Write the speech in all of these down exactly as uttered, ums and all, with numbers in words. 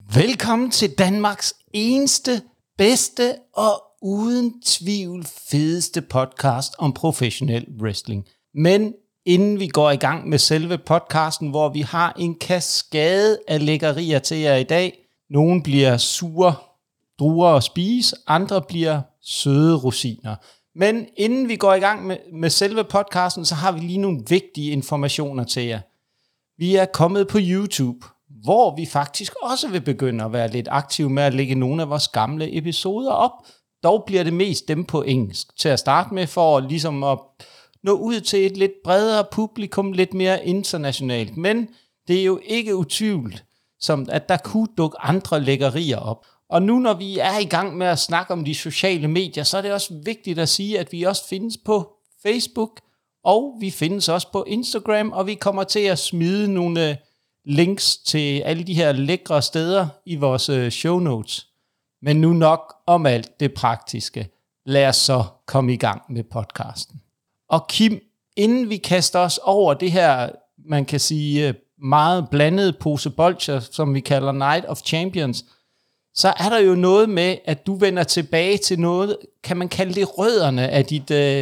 Velkommen til Danmarks eneste, bedste og uden tvivl fedeste podcast om professionel wrestling. Men inden vi går i gang med selve podcasten, hvor vi har en kaskade af lækkerier til jer i dag. Nogle bliver sure druer at spise, andre bliver søde rosiner. Men inden vi går i gang med, med selve podcasten, så har vi lige nogle vigtige informationer til jer. Vi er kommet på YouTube, hvor vi faktisk også vil begynde at være lidt aktive med at lægge nogle af vores gamle episoder op. Dog bliver det mest dem på engelsk til at starte med, for ligesom at nå ud til et lidt bredere publikum, lidt mere internationalt. Men det er jo ikke utvivlt, som at der kunne dukke andre lækkerier op. Og nu når vi er i gang med at snakke om de sociale medier, så er det også vigtigt at sige, at vi også findes på Facebook, og vi findes også på Instagram, og vi kommer til at smide nogle links til alle de her lækre steder i vores show notes. Men nu nok om alt det praktiske. Lad os så komme i gang med podcasten. Og Kim, inden vi kaster os over det her, man kan sige, meget blandede pose bolcher, som vi kalder Night of Champions, så er der jo noget med, at du vender tilbage til noget, kan man kalde det rødderne af dit øh,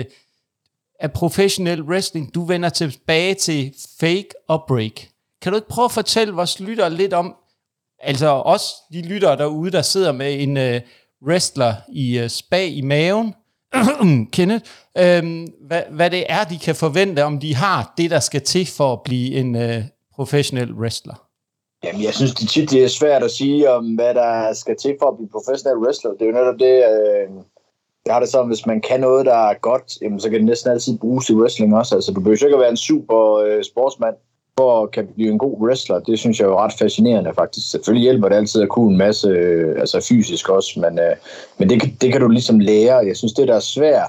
af professionel wrestling. Du vender tilbage til fake og break. Kan du ikke prøve at fortælle vores lyttere lidt om, altså også de lyttere derude, der sidder med en øh, wrestler i øh, spag i maven, Kenneth, øh, hvad, hvad det er, de kan forvente, om de har det, der skal til for at blive en øh, professionel wrestler? Jamen, jeg synes det tit, det er svært at sige, om hvad der skal til for at blive professionel wrestler. Det er jo netop det, øh, jeg har det sådan, hvis man kan noget, der er godt, jamen, så kan det næsten altid bruges i wrestling også. Altså, du behøver ikke at være en super øh, sportsmand for at kan blive en god wrestler. Det synes jeg er jo ret fascinerende faktisk. Selvfølgelig hjælper det altid at kunne en masse, øh, altså fysisk også, men, øh, men det, det kan du ligesom lære. Jeg synes, det der er svært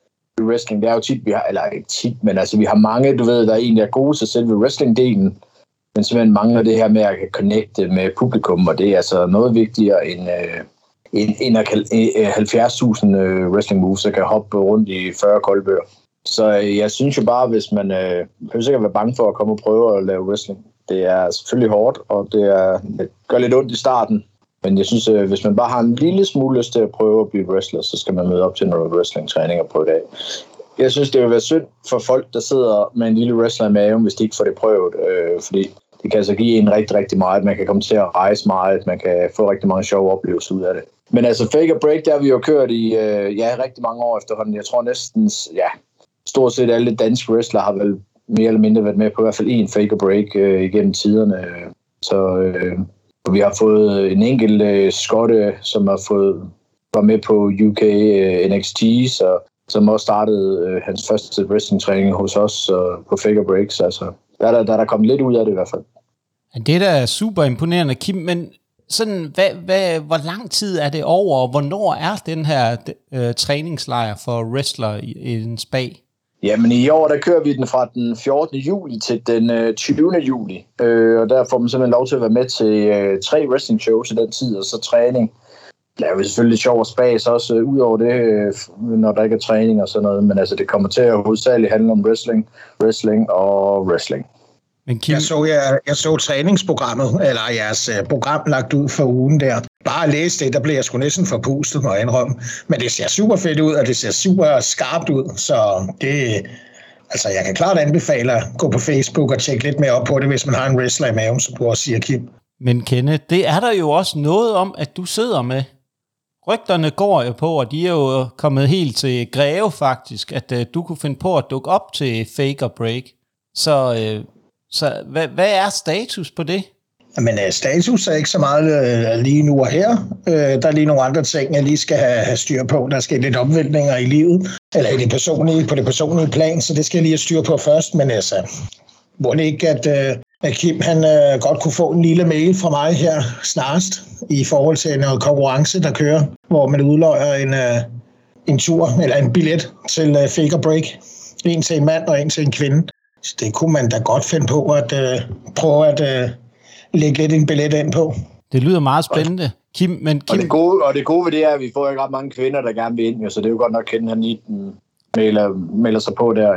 i wrestling, det er jo tit, vi har, eller ikke tit, men altså vi har mange, du ved, der egentlig er gode til selve wrestling-delen, men simpelthen mangler det her med at connecte med publikum, og det er altså noget vigtigere end, øh, end, end at kalde halvfjerds tusind øh, wrestling moves, der kan hoppe rundt i fyrre koldbøger. Så øh, jeg synes jo bare, hvis man øh, behøver ikke at være bange for at komme og prøve at lave wrestling. Det er selvfølgelig hårdt, og det, er, det gør lidt ondt i starten, men jeg synes, øh, hvis man bare har en lille smule lyst til at prøve at blive wrestler, så skal man møde op til noget wrestling-træning og prøve det af. Jeg synes, det vil være synd for folk, der sidder med en lille wrestler i maven, hvis de ikke får det prøvet, øh, fordi det kan altså give en rigtig, rigtig meget. Man kan komme til at rejse meget, man kan få rigtig mange sjove oplevelser ud af det. Men altså fake og break, der har vi jo kørt i øh, ja, rigtig mange år efterhånden. Jeg tror næsten, ja, stort set alle danske wrestlere har vel mere eller mindre været med på i hvert fald en fake og break øh, igennem tiderne. Så øh, vi har fået en enkelt øh, skotte, som har fået var med på U K øh, N X T, så som også startede øh, hans første wrestling-træning hos os øh, på fake og breaks. Altså, der er der, der er der kommet lidt ud af det i hvert fald. Det er da super imponerende, Kim, men sådan, hvad, hvad, hvor lang tid er det over, og hvornår er den her øh, træningslejr for wrestler i, i en spag? Jamen i år, der kører vi den fra den fjortende juli til den øh, tyvende juli, øh, og der får man simpelthen lov til at være med til øh, tre wrestling shows i den tid, og så træning. Det er jo selvfølgelig sjov og spas også øh, ud over det, øh, når der ikke er træning og sådan noget, men altså det kommer til at hovedsageligt handle om wrestling, wrestling og wrestling. Men Kim... Jeg så, jeg, jeg så træningsprogrammet, eller jeres uh, program lagt ud for ugen der. Bare at læse det, der blev jeg sgu næsten forpustet, må jeg indrømme. Men det ser super fedt ud, og det ser super skarpt ud, så det... Altså, jeg kan klart anbefale at gå på Facebook og tjekke lidt mere op på det, hvis man har en wrestler i maven, som du også siger, Kim. Men Kenneth, det er der jo også noget om, at du sidder med. Rygterne går jo på, og de er jo kommet helt til Greve faktisk, at uh, du kunne finde på at dukke op til fake og break. Så... Uh, Så hvad, hvad er status på det? Men uh, status er ikke så meget uh, lige nu og her. Uh, der er lige nogle andre ting, jeg lige skal have, have styr på. Der skal lidt omvæltninger i livet, eller i det personlige, på det personlige plan, så det skal jeg lige have styr på først. Men altså, må det ikke, at, uh, at Kim han, uh, godt kunne få en lille mail fra mig her snarest, i forhold til noget konkurrence, der kører, hvor man udløjer en, uh, en tur, eller en billet til uh, fake og break. En til en mand og en til en kvinde. Så det kunne man da godt finde på at øh, prøve at øh, lægge lidt en billet ind på. Det lyder meget spændende. Kim, men Kim... Og, det gode, og det gode ved det er, at vi får ikke ret mange kvinder, der gerne vil ind, jo, så det er jo godt nok, at han lige melder, melder sig på der. Jo.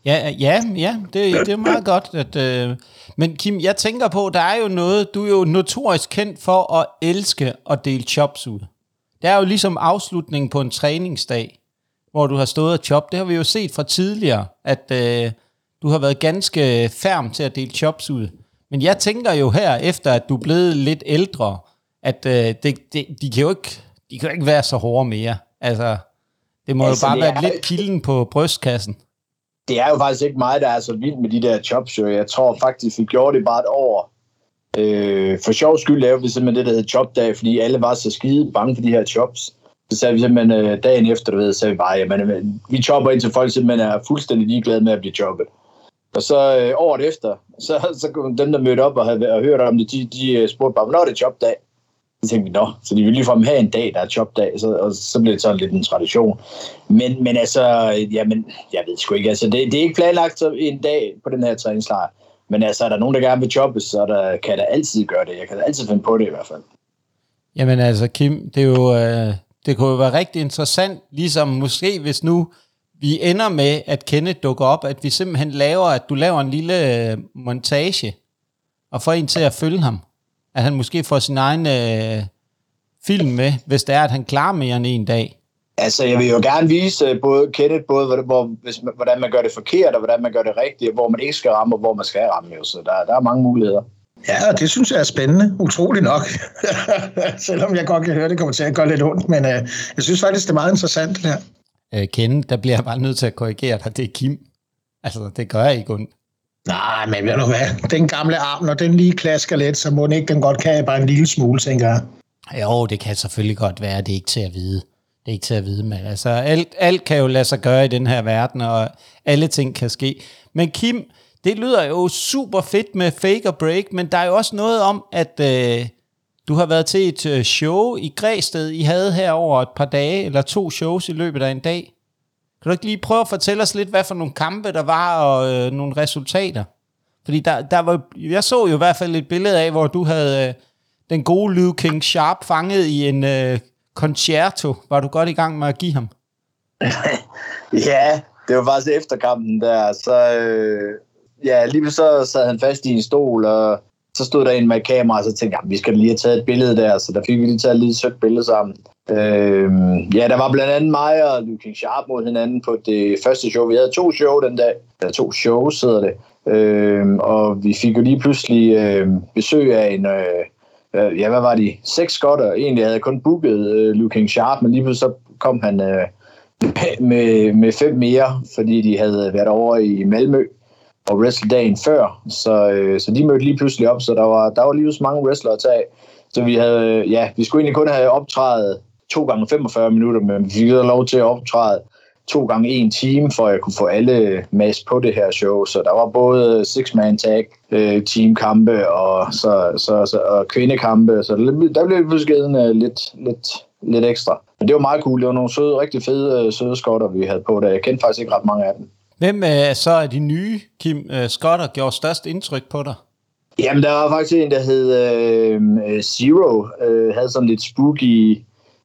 Ja, ja, ja, det, det er meget godt. At, øh, men Kim, jeg tænker på, der er jo noget, du er jo notorisk kendt for at elske at dele chops ud. Det er jo ligesom afslutningen på en træningsdag, hvor du har stået og chop. Det har vi jo set fra tidligere, at øh, du har været ganske ferm til at dele chops ud. Men jeg tænker jo her, efter at du er blevet lidt ældre, at øh, det, det, de, kan jo ikke, de kan jo ikke være så hårde mere. Altså, det må altså, jo bare være er... lidt kilden på brystkassen. Det er jo faktisk ikke mig, der er så vild med de der chops. Jeg tror faktisk, vi gjorde det bare et år. Øh, for sjov skyld lavede vi simpelthen det, der hed chopdag, fordi alle var så skide bange for de her chops. Så sagde vi simpelthen øh, dagen efter, du ved, sagde vi bare, jamen, vi chopper ind til folk, simpelthen er fuldstændig ligeglade med at blive choppet. Og så øh, året efter, så, så dem, der mødte op og havde og hørt om det, de, de spurgte bare, hvornår er det chopdag? Så tænkte vi, nå, så de ville ligefrem have en dag, der er chopdag, så, og så blev det sådan lidt en tradition. Men, men altså, jamen, jeg ved sgu ikke, altså, det, det er ikke planlagt så en dag på den her træningslejr. Men altså, er der nogen, der gerne vil choppes, så der, kan jeg da altid gøre det. Jeg kan da altid finde på det i hvert fald. Jamen altså, Kim, det er jo, øh, det kunne jo være rigtig interessant, ligesom måske hvis nu vi ender med, at Kenneth dukker op, at vi simpelthen laver, at du laver en lille øh, montage, og får en til at følge ham. At han måske får sin egen øh, film med, hvis det er, at han klarer mere end en dag. Altså, jeg vil jo gerne vise både Kenneth, både hvor, hvis man, hvordan man gør det forkert, og hvordan man gør det rigtigt, og hvor man ikke skal ramme, og hvor man skal ramme. Så der, der er mange muligheder. Ja, det synes jeg er spændende. Utroligt nok. Selvom jeg godt kan høre, det kommer til at gøre lidt ondt, men øh, jeg synes faktisk, det er meget interessant, det her. Øh, Kenneth, der bliver jeg bare nødt til at korrigere dig. Det er Kim. Altså, det gør jeg ikke ondt. Nej, men ved du hvad? Den gamle arm, når den lige klasker lidt, så må den ikke, den godt kan bare en lille smule, tænker jeg. Jo, det kan selvfølgelig godt være, det er ikke til at vide. Det er ikke til at vide, men altså, alt, alt kan jo lade sig gøre i den her verden, og alle ting kan ske. Men Kim, det lyder jo super fedt med Fake or Break, men der er jo også noget om, at øh, du har været til et øh, show i Græsted. I havde her over et par dage, eller to shows i løbet af en dag. Kan du ikke lige prøve at fortælle os lidt, hvad for nogle kampe der var, og øh, nogle resultater? Fordi der, der var, jeg så jo i hvert fald et billede af, hvor du havde øh, den gode Liu King Sharp fanget i en øh, concerto. Var du godt i gang med at give ham? Ja, det var faktisk efter kampen der. Så øh, ja, lige så sad han fast i en stol, og så stod der en med kamera, og så tænkte jeg, vi skal lige have taget et billede der. Så der fik vi lige taget et lille sødt billede sammen. Øh, ja, der var blandt andet mig og Liu King Sharp mod hinanden på det første show. Vi havde to show den dag. Der to shows, hedder det. Øh, og vi fik jo lige pludselig øh, besøg af en... Øh, øh, ja, hvad var de? Seks skotter. Egentlig havde jeg kun booket øh, Liu King Sharp, men lige pludselig så kom han øh, med, med fem mere, fordi de havde været over i Malmø og wrestle dagen før. Så, øh, så de mødte lige pludselig op, så der var, der var lige så mange wrestlere at tage. Så vi havde, ja, vi skulle egentlig kun have optrædet to gange femogfyrre minutter, men vi fik lov til at optræde to gange en time, for at jeg kunne få alle med på det her show. Så der var både six-man tag, øh, teamkampe og, så, så, så, og kvindekampe, så der blev pludselig lidt, lidt, lidt ekstra. Men det var meget cool. Det var nogle søde, rigtig fede søde skotter, vi havde på der. Jeg kendte faktisk ikke ret mange af dem. Hvem øh, så er de nye, Kim, øh, skotter gjorde størst indtryk på dig? Jamen, der var faktisk en, der hed øh, Zero, øh, havde sådan lidt spooky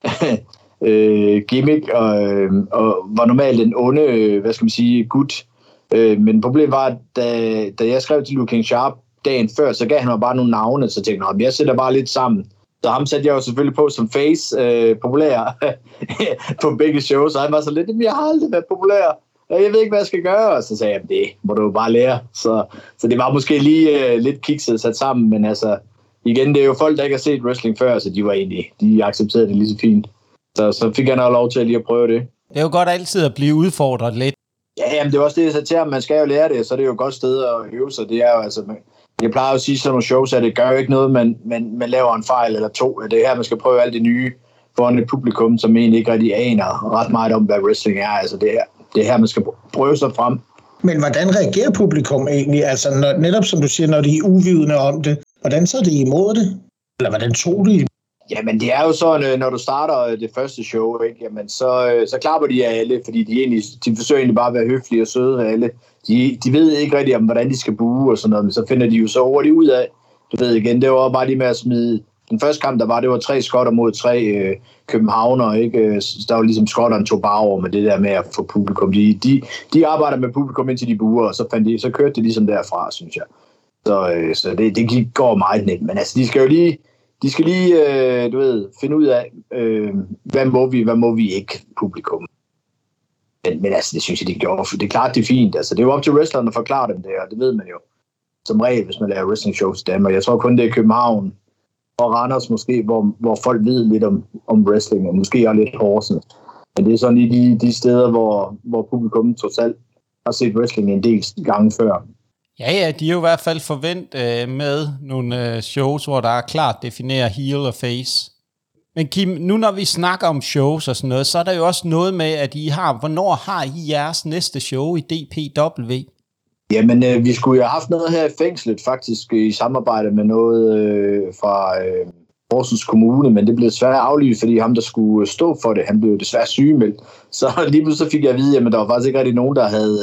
øh, gimmick, og, øh, og var normalt en onde, øh, hvad skal man sige, gut. Øh, men problemet var, at da, da jeg skrev til Liu King Sharp dagen før, så gav han mig bare nogle navne, så tænkte jeg, jeg sætter bare lidt sammen. Så ham satte jeg jo selvfølgelig på som face, øh, populær på begge shows, så han var så lidt, jeg har aldrig været populær. Jeg ved ikke, hvad jeg skal gøre, og så sagde jeg, det må du jo bare lære. Så, så det var måske lige uh, lidt kikset sat sammen, men altså, igen, det er jo folk, der ikke har set wrestling før, så de var egentlig, de accepterede det lige så fint. Så, så fik jeg nok lov til at lige at prøve det. Det er jo godt altid at blive udfordret lidt. Ja, jamen, det er også det, jeg sagde til ham, man skal jo lære det, så det er jo et godt sted at øve sig. Det er jo, altså, jeg plejer jo at sige sådan nogle shows, at det gør jo ikke noget, man, man, man laver en fejl eller to. Det er her, man skal prøve alt det nye foran et publikum, som egentlig ikke rigtig aner ret meget om, hvad wrestling er. Altså, det er det her, man skal prøve sig frem. Men hvordan reagerer publikum egentlig? Altså når, netop som du siger, når de er uvidende om det, hvordan så er de imod det? Eller hvordan tog de? Jamen det er jo sådan, når du starter det første show, ikke? Jamen, så, så klapper de af alle, fordi de, egentlig, de forsøger egentlig bare at være høflige og søde af alle. De, de ved ikke rigtig om, hvordan de skal buge og sådan noget, men så finder de jo så hurtigt ud af, du ved igen, det var bare lige med at smide den første kamp, der var, det var tre skotter mod tre øh, københavner, ikke? Så der var ligesom skotterne tog bare over med det der med at få publikum. De, de, de arbejder med publikum indtil de buer, og så, fandt de, så kørte det ligesom derfra, synes jeg. Så, øh, så det, det går meget nemt. Men altså, de skal jo lige, de skal lige øh, du ved, finde ud af, øh, hvad må vi, hvad må vi ikke publikum. Men, men altså, det synes jeg, de gjorde. Det er klart, det er fint. Altså, det er jo op til wrestlerne at forklare dem det, og det ved man jo som regel, hvis man laver wrestling shows i Danmark. Jeg tror kun, det er København og Randers måske, hvor, hvor folk ved lidt om, om wrestling, og måske også lidt Horsens. Men det er sådan lige de, de steder, hvor, hvor publikum trods alt har set wrestling en del gange før. Ja, ja, de er jo i hvert fald forventet øh, med nogle øh, shows, hvor der er klart definerer heel og face. Men Kim, nu når vi snakker om shows og sådan noget, så er der jo også noget med, at I har, hvornår har I jeres næste show i D P W? Jamen, øh, vi skulle jo have haft noget her i fængslet, faktisk i samarbejde med noget øh, fra øh, Horsens Kommune, men det blev desværre aflyst, fordi ham, der skulle stå for det, han blev desværre sygemeldt. Så lige pludselig fik jeg at vide, at der var faktisk ikke rigtig nogen, der havde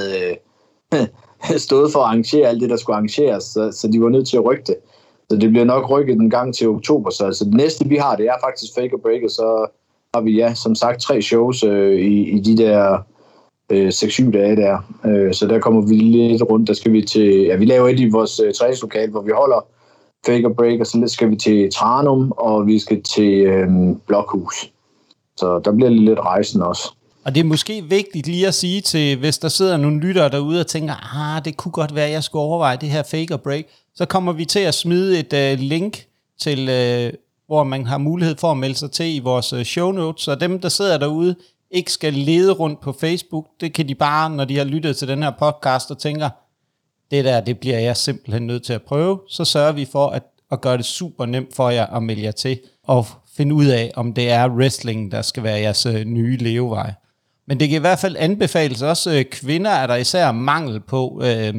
øh, stået for at arrangere alt det, der skulle arrangeres, så, så de var nødt til at rykke det. Så det bliver nok rykket en gang til oktober. Så altså, det næste, vi har, det er faktisk Fake or Break, og så har vi, ja, som sagt, tre shows øh, i, i de der øh, seks syv dage der. Øh, så der kommer vi lidt rundt. Der skal vi til, ja, vi laver et i vores øh, træningslokale, hvor vi holder Fake or Break, og så skal vi til Tranum, og vi skal til øh, Blokhus. Så der bliver lidt rejsen også. Og det er måske vigtigt lige at sige til, hvis der sidder nogle lyttere derude og tænker, ah, det kunne godt være, at jeg skulle overveje det her Fake or Break, så kommer vi til at smide et uh, link til, uh, hvor man har mulighed for at melde sig til i vores uh, show notes, så dem, der sidder derude, ikke skal lede rundt på Facebook. Det kan de bare, når de har lyttet til den her podcast og tænker, det der, det bliver jeg simpelthen nødt til at prøve, så sørger vi for at, at gøre det super nemt for jer at melde jer til, og finde ud af, om det er wrestling, der skal være jeres uh, nye levevej. Men det kan i hvert fald anbefales også, øh, kvinder er der især mangel på øh,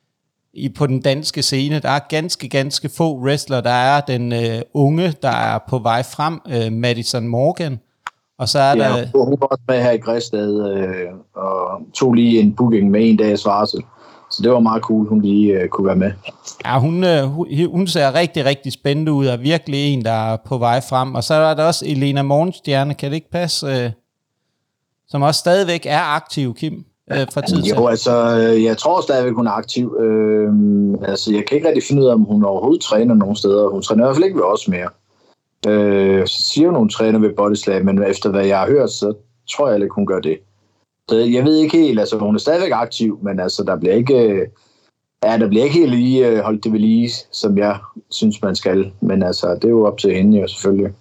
i, på den danske scene. Der er ganske, ganske få wrestlere. Der er den øh, unge, der er på vej frem, øh, Madison Morgan. Og så er ja, der... hun var også med her i Græsted øh, og tog lige en booking med en dags varsel. Så det var meget cool, hun lige øh, kunne være med. Ja, hun, øh, hun ser rigtig, rigtig spændende ud, og virkelig en, der er på vej frem. Og så er der også Elena Morgenstjerne, kan det ikke passe... Øh, som også stadigvæk er aktiv, Kim, øh, fra tid til. Jo, altså, jeg tror stadigvæk, hun er aktiv. Øh, altså, jeg kan ikke rigtig finde ud af, om hun overhovedet træner nogen steder. Hun træner i hvert fald ikke ved os mere. Øh, så siger hun, hun træner ved Bodyslag, men efter hvad jeg har hørt, så tror jeg ikke, hun gør det. Så jeg ved ikke helt, altså, hun er stadigvæk aktiv, men altså, der bliver ikke, ja, der bliver ikke helt lige holdt det ved lige, som jeg synes, man skal. Men altså, det er jo op til hende jo selvfølgelig.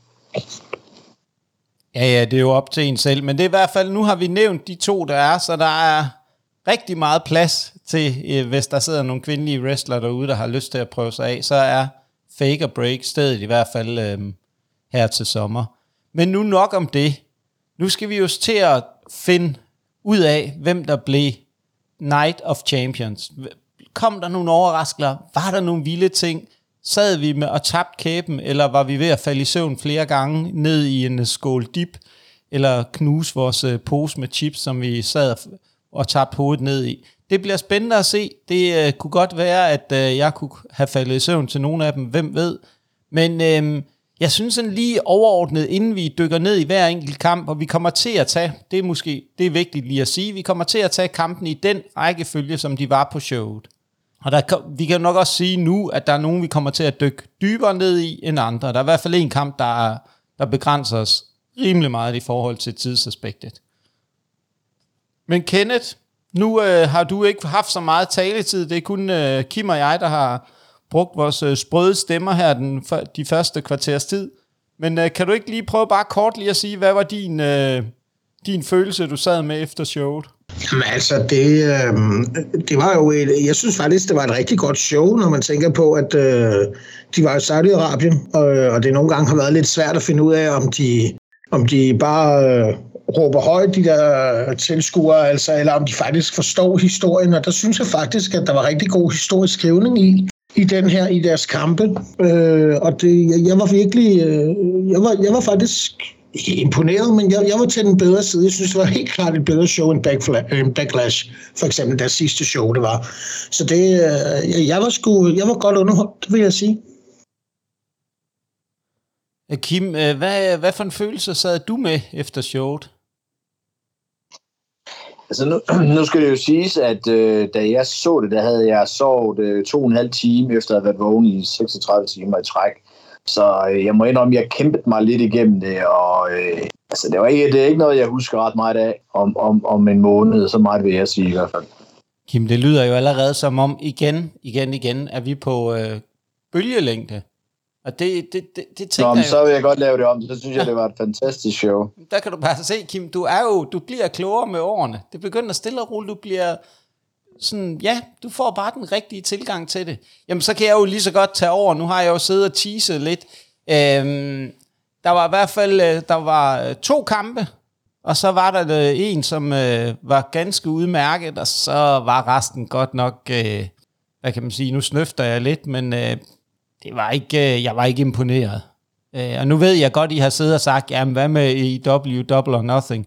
Ja, ja, det er jo op til en selv, men det er i hvert fald, nu har vi nævnt de to, der er, så der er rigtig meget plads til, hvis der sidder nogle kvindelige wrestlere derude, der har lyst til at prøve sig af, så er Fake or Break stedet i hvert fald øhm, her til sommer. Men nu nok om det. Nu skal vi jo til at finde ud af, hvem der blev Night of Champions. Kom der nogle overraskelser? Var der nogle vilde ting? Sad vi med og tabte kæben, eller var vi ved at falde i søvn flere gange ned i en skål dip, eller knuse vores uh, pose med chips, som vi sad og tabte hovedet ned i. Det bliver spændende at se. Det uh, kunne godt være, at uh, jeg kunne have faldet i søvn til nogle af dem, hvem ved. Men uh, jeg synes sådan lige overordnet, inden vi dykker ned i hver enkelt kamp, og vi kommer til at tage, det er måske det er vigtigt lige at sige, vi kommer til at tage kampen i den rækkefølge, som de var på showet. Og der, vi kan nok også sige nu, at der er nogen, vi kommer til at dykke dybere ned i end andre. Der er i hvert fald en kamp, der, er, der begrænser os rimelig meget i forhold til tidsaspektet. Men Kenneth, nu øh, har du ikke haft så meget taletid. Det er kun øh, Kim og jeg, der har brugt vores øh, sprøde stemmer her den, de første kvarters tid. Men øh, kan du ikke lige prøve bare kort lige at sige, hvad var din, øh, din følelse, du sad med efter showet? Jamen altså, det, øh, det var jo et, jeg synes faktisk, det var et rigtig godt show, når man tænker på, at øh, de var i Saudi-Arabien, og, og det nogle gange har været lidt svært at finde ud af, om de, om de bare øh, råber højt, de der tilskuere, altså, eller om de faktisk forstår historien, og der synes jeg faktisk, at der var rigtig god historisk skrivning i, i den her, i deres kampe, øh, og det, jeg, jeg var virkelig, øh, jeg, var, jeg var faktisk ikke imponeret, men jeg, jeg var til den bedre side. Jeg synes, det var helt klart et bedre show end Backlash, for eksempel deres sidste show, det var. Så det, jeg var sgu, jeg var godt underholdt, det vil jeg sige. Kim, hvad, hvad for en følelse sad du med efter showet? Altså nu, nu skal det jo siges, at øh, da jeg så det, der havde jeg sovet øh, to og en halv time efter at have været vågen i seksogtredive timer i træk. Så øh, jeg må indrømme, at jeg kæmpede mig lidt igennem det, og øh, altså, det, var ikke, det er ikke noget, jeg husker ret meget af om, om, om en måned, så meget vil jeg sige i hvert fald. Kim, det lyder jo allerede som om igen, igen, igen, er vi på øh, bølgelængde. Og det, det, det, det tænker Nå, men jeg så vil jeg godt lave det om, så synes jeg, det var et fantastisk show. Der kan du bare se, Kim, du er jo, du bliver klogere med årene. Det begynder stille og roligt, du bliver sådan, ja, du får bare den rigtige tilgang til det. Jamen, så kan jeg jo lige så godt tage over. Nu har jeg jo siddet og teaset lidt. Øhm, der var i hvert fald, der var to kampe, og så var der en, som øh, var ganske udmærket, og så var resten godt nok, øh, hvad kan man sige, nu snøfter jeg lidt, men øh, det var ikke, øh, jeg var ikke imponeret. Øh, og nu ved jeg godt, I har siddet og sagt, jamen hvad med E W, Double or Nothing?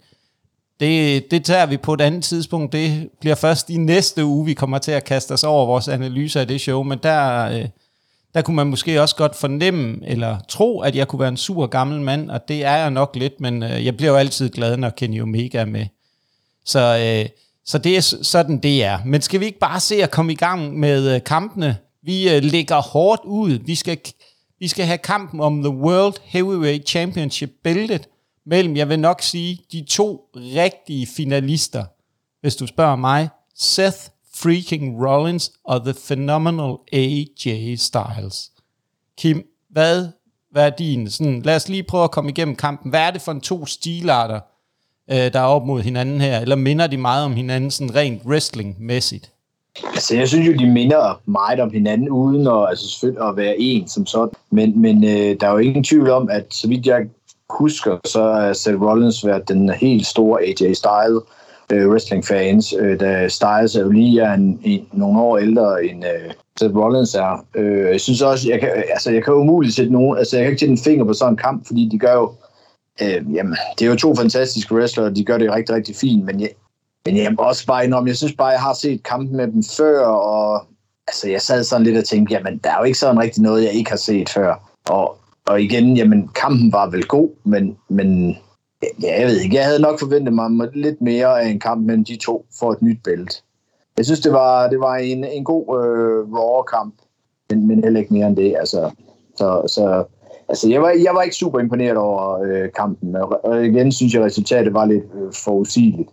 Det, det tager vi på et andet tidspunkt. Det bliver først i næste uge, vi kommer til at kaste os over vores analyser af det show, men der, øh, der kunne man måske også godt fornemme, eller tro, at jeg kunne være en sur gammel mand, og det er jeg nok lidt, men øh, jeg bliver jo altid glad, når Kenny Omega er med. Så, øh, så det er sådan, det er. Men skal vi ikke bare se at komme i gang med øh, kampene? Vi øh, ligger hårdt ud. Vi skal, vi skal have kampen om The World Heavyweight Championship-bæltet mellem, jeg vil nok sige, de to rigtige finalister, hvis du spørger mig, Seth freaking Rollins og The Phenomenal A J Styles. Kim, hvad, hvad er din? Sådan, lad os lige prøve at komme igennem kampen. Hvad er det for en to stilarter, øh, der er op mod hinanden her? Eller minder de meget om hinanden sådan rent wrestling-mæssigt? Altså, jeg synes jo, de minder meget om hinanden, uden at, altså, selvfølgelig at være en som sådan. Men, men øh, der er jo ingen tvivl om, at så vidt jeg husker, så er Seth Rollins været den helt store A J Styles øh, wrestling-fans, øh, da Styles er jo lige er en, en, nogle år ældre end øh, Seth Rollins er. Øh, jeg synes også, jeg kan, altså, jeg kan umuligt sætte nogen, altså jeg kan ikke sætte en finger på sådan en kamp, fordi de gør jo, øh, jamen, det er jo to fantastiske wrestlere, de gør det rigtig, rigtig fint, men jeg, men jeg må også bare indrømme, jeg synes bare, jeg har set kampen med dem før, og altså, jeg sad sådan lidt og tænkte, jamen, der er jo ikke sådan rigtig noget, jeg ikke har set før. Og, og igen, jamen, kampen var vel god, men, men ja, jeg ved ikke, jeg havde nok forventet mig lidt mere af en kamp mellem de to for et nyt bælte. Jeg synes, det var, det var en, en god øh, Raw-kamp, men, men heller ikke mere end det. Altså, så, så, altså, jeg, var, jeg var ikke super imponeret over øh, kampen, og igen synes jeg, resultatet var lidt øh, forudsigeligt.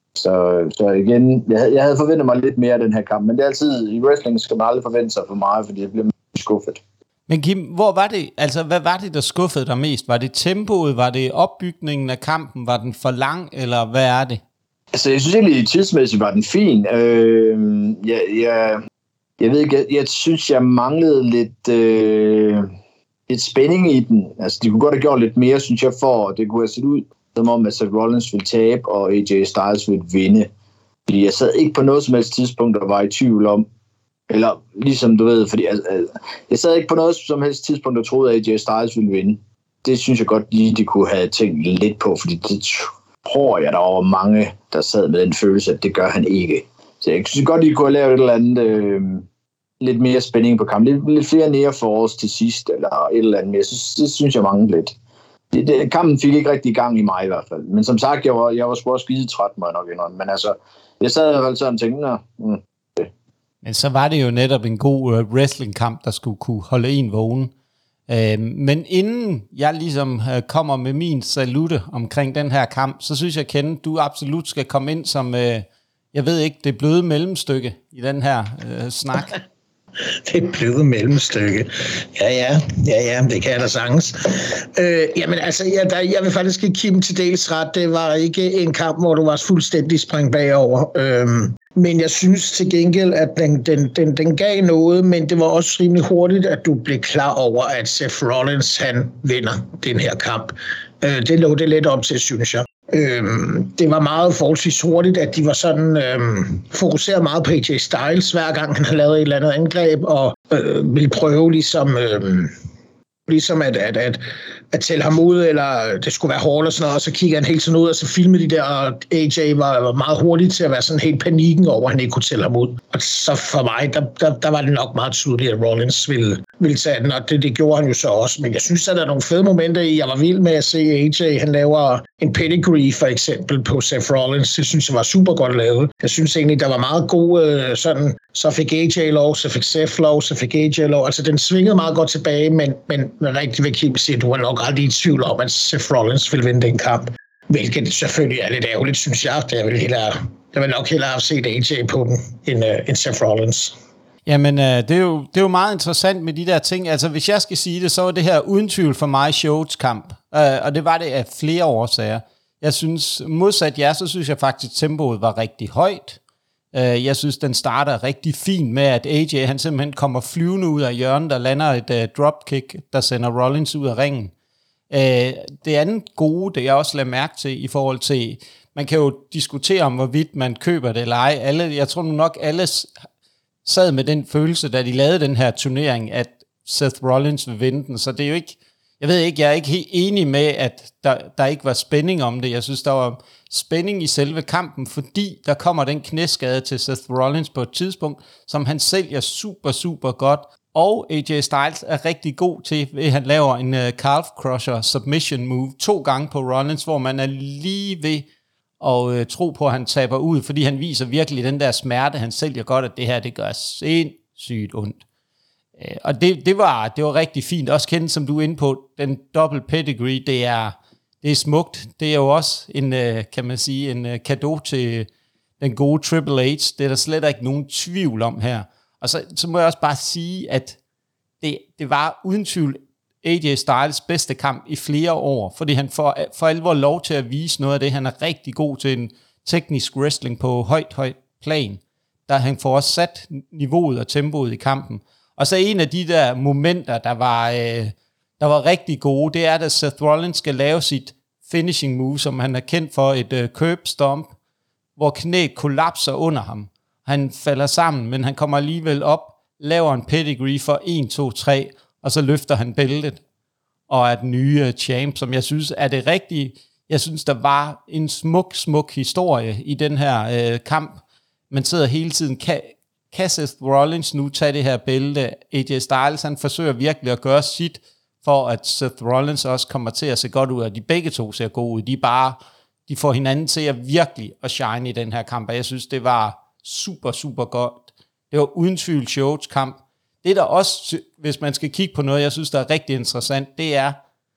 Så, så igen, jeg havde, jeg havde forventet mig lidt mere af den her kamp, men det er altid, i wrestling skal man aldrig forvente sig for meget, fordi jeg bliver skuffet. Men Kim, hvor var det, altså hvad var det, der skuffede dig mest? Var det tempoet, var det opbygningen af kampen, var den for lang, eller hvad er det? Altså, jeg synes egentlig, tidsmæssigt var den fin. Øh, jeg, jeg, jeg ved ikke, jeg, jeg synes, jeg manglede lidt, øh, lidt spænding i den. Altså, de kunne godt have gjort lidt mere, synes jeg, for det kunne have set ud, som om, at Seth Rollins ville tabe, og A J Styles ville vinde. Fordi jeg sad ikke på noget som helst tidspunkt, der var i tvivl om, eller ligesom du ved, fordi altså, jeg sad ikke på noget som helst tidspunkt, der troede, at A J Styles ville vinde. Det synes jeg godt lige, de kunne have tænkt lidt på, fordi det tror jeg, der var mange, der sad med den følelse, at det gør han ikke. Så jeg synes godt, de kunne have lavet et eller andet, øh, lidt mere spænding på kampen. Lidt, lidt flere nære for os til sidst, eller et eller andet mere. Så det synes jeg manglede lidt. Det, det, kampen fik ikke rigtig i gang i mig i hvert fald. Men som sagt, jeg var, jeg var sgu også skidetræt, må jeg nok indrømme. Men altså, jeg sad i hvert fald sådan og tænkte, mm, det. Men så var det jo netop en god uh, wrestlingkamp, der skulle kunne holde en vågen. Uh, men inden jeg ligesom uh, kommer med min salute omkring den her kamp, så synes jeg, Ken, du absolut skal komme ind som, uh, jeg ved ikke, det bløde mellemstykke i den her uh, snak. Det er blevet mellemstykke. Ja, ja, ja, ja, det kan jeg da sagtens. Øh, jamen altså, jeg, der, jeg vil faktisk give Kim til dels ret. Det var ikke en kamp, hvor du var fuldstændig spring bagover. Øhm, men jeg synes til gengæld, at den, den, den, den gav noget, men det var også rimelig hurtigt, at du blev klar over, at Seth Rollins, han vinder den her kamp. Øh, det lå det lidt op til, synes jeg. Øhm, det var meget forholdsvis hurtigt, at de var sådan øhm, fokuseret meget på A J Styles, hver gang han har lavet et eller andet angreb, og øh, ville prøve ligesom, øhm, ligesom at, at, at, at tælle ham ud, eller det skulle være hårdt og sådan noget, og så kigger han hele tiden ud, og så filmede de der, og A J var, var meget hurtig til at være sådan helt panikken over, at han ikke kunne tælle ham ud. Og så for mig, der, der, der var det nok meget tydeligt, at Rollins ville, ville tage den, og det, det gjorde han jo så også. Men jeg synes, at der er nogle fede momenter i. Jeg var vild med at se A J, han laver en pedigree for eksempel på Seth Rollins. Det synes jeg var super godt lavet. Jeg synes egentlig, der var meget god øh, sådan, så fik A J lov, så fik Seth lov, så fik A J lov. Altså den svingede meget godt tilbage, men, men rigtig vigtigt at sige, at du var nok aldrig i tvivl om, at Seth Rollins ville vinde den kamp. Hvilket selvfølgelig er lidt ærgerligt, synes jeg. Jeg vil, hellere, jeg vil nok hellere have set A J på den, end, uh, end Seth Rollins. Jamen, øh, det, er jo, det er jo meget interessant med de der ting. Altså, hvis jeg skal sige det, så var det her uden tvivl for mig showets kamp. Øh, og det var det af flere årsager. Jeg synes, modsat jer, så synes jeg faktisk, tempoet var rigtig højt. Øh, jeg synes, den starter rigtig fint med, at A J, han simpelthen kommer flyvende ud af hjørnet, der lander et uh, dropkick, der sender Rollins ud af ringen. Øh, det andet gode, det jeg også lader mærke til i forhold til, man kan jo diskutere om, hvorvidt man køber det eller ej. Alle, jeg tror nu nok, alle sad med den følelse, da de lavede den her turnering, at Seth Rollins vil vinde den, så det er jo ikke, jeg ved ikke, jeg er ikke helt enig med, at der, der ikke var spænding om det. Jeg synes, der var spænding i selve kampen, fordi der kommer den knæskade til Seth Rollins på et tidspunkt, som han sælger super, super godt. Og A J Styles er rigtig god til, at han laver en uh, calf crusher submission move to gange på Rollins, hvor man er lige ved at uh, tro på, at han taber ud, fordi han viser virkelig den der smerte, han sælger godt, at det her, det gør sindssygt ondt. Uh, og det, det, var, det var rigtig fint. Også kendt, som du er inde på, den dobbelt pedigree, det er, det er smukt. Det er jo også en, uh, kan man sige, en uh, cadeau til den gode Triple H. Det er der slet ikke nogen tvivl om her. Og så, så må jeg også bare sige, at det, det var uden tvivl A J Styles bedste kamp i flere år, fordi han får for alvor lov til at vise noget af det. Han er rigtig god til en teknisk wrestling på højt, højt plan, der han får også sat niveauet og tempoet i kampen. Og så en af de der momenter, der var, øh, der var rigtig gode, det er, at Seth Rollins skal lave sit finishing move, som han er kendt for, et øh, curb stomp, hvor knæet kollapser under ham. Han falder sammen, men han kommer alligevel op, laver en pedigree for en, to, tre, og så løfter han bæltet, og er den nye champ, som jeg synes er det rigtige. Jeg synes, der var en smuk, smuk historie i den her øh, kamp. Man sidder hele tiden, kan, kan Seth Rollins nu tage det her bælte? A J Styles, han forsøger virkelig at gøre sit, for at Seth Rollins også kommer til at se godt ud, og de begge to ser gode ud. De bare, de får hinanden til at virkelig at shine i den her kamp, og jeg synes, det var super, super godt. Det var uden tvivl showets kamp. Det der også, hvis man skal kigge på noget, jeg synes, der er rigtig interessant, det er,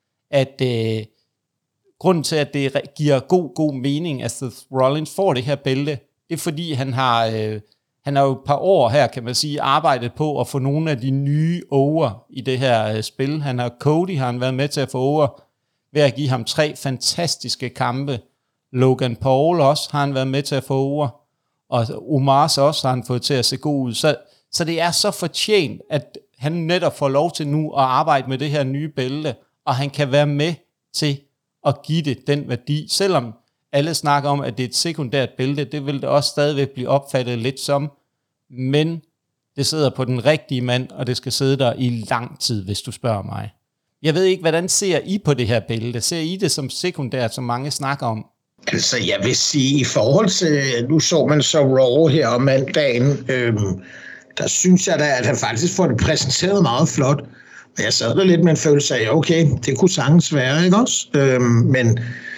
at øh, grunden til, at det giver god, god mening, at Seth Rollins får det her bælte, det er fordi, han har, øh, han har jo et par år her, kan man sige, arbejdet på at få nogle af de nye over i det her øh, spil. Han har Cody, har han været med til at få over ved at give ham tre fantastiske kampe. Logan Paul også har han været med til at få over. Og Omars også har han fået til at se god ud. Så, så det er så fortjent, at han netop får lov til nu at arbejde med det her nye bælte, og han kan være med til at give det den værdi. Selvom alle snakker om, at det er et sekundært bælte, det vil det også stadigvæk blive opfattet lidt som, men det sidder på den rigtige mand, og det skal sidde der i lang tid, hvis du spørger mig. Jeg ved ikke, hvordan ser I på det her bælte? Ser I det som sekundært, som mange snakker om? Altså, jeg vil sige, i forhold til, nu så man så Raw her om mandagen, øhm, der synes jeg da, at han faktisk får det præsenteret meget flot. Men jeg sad der lidt med en følelse af, okay, det kunne sagtens være, ikke også? Øhm, men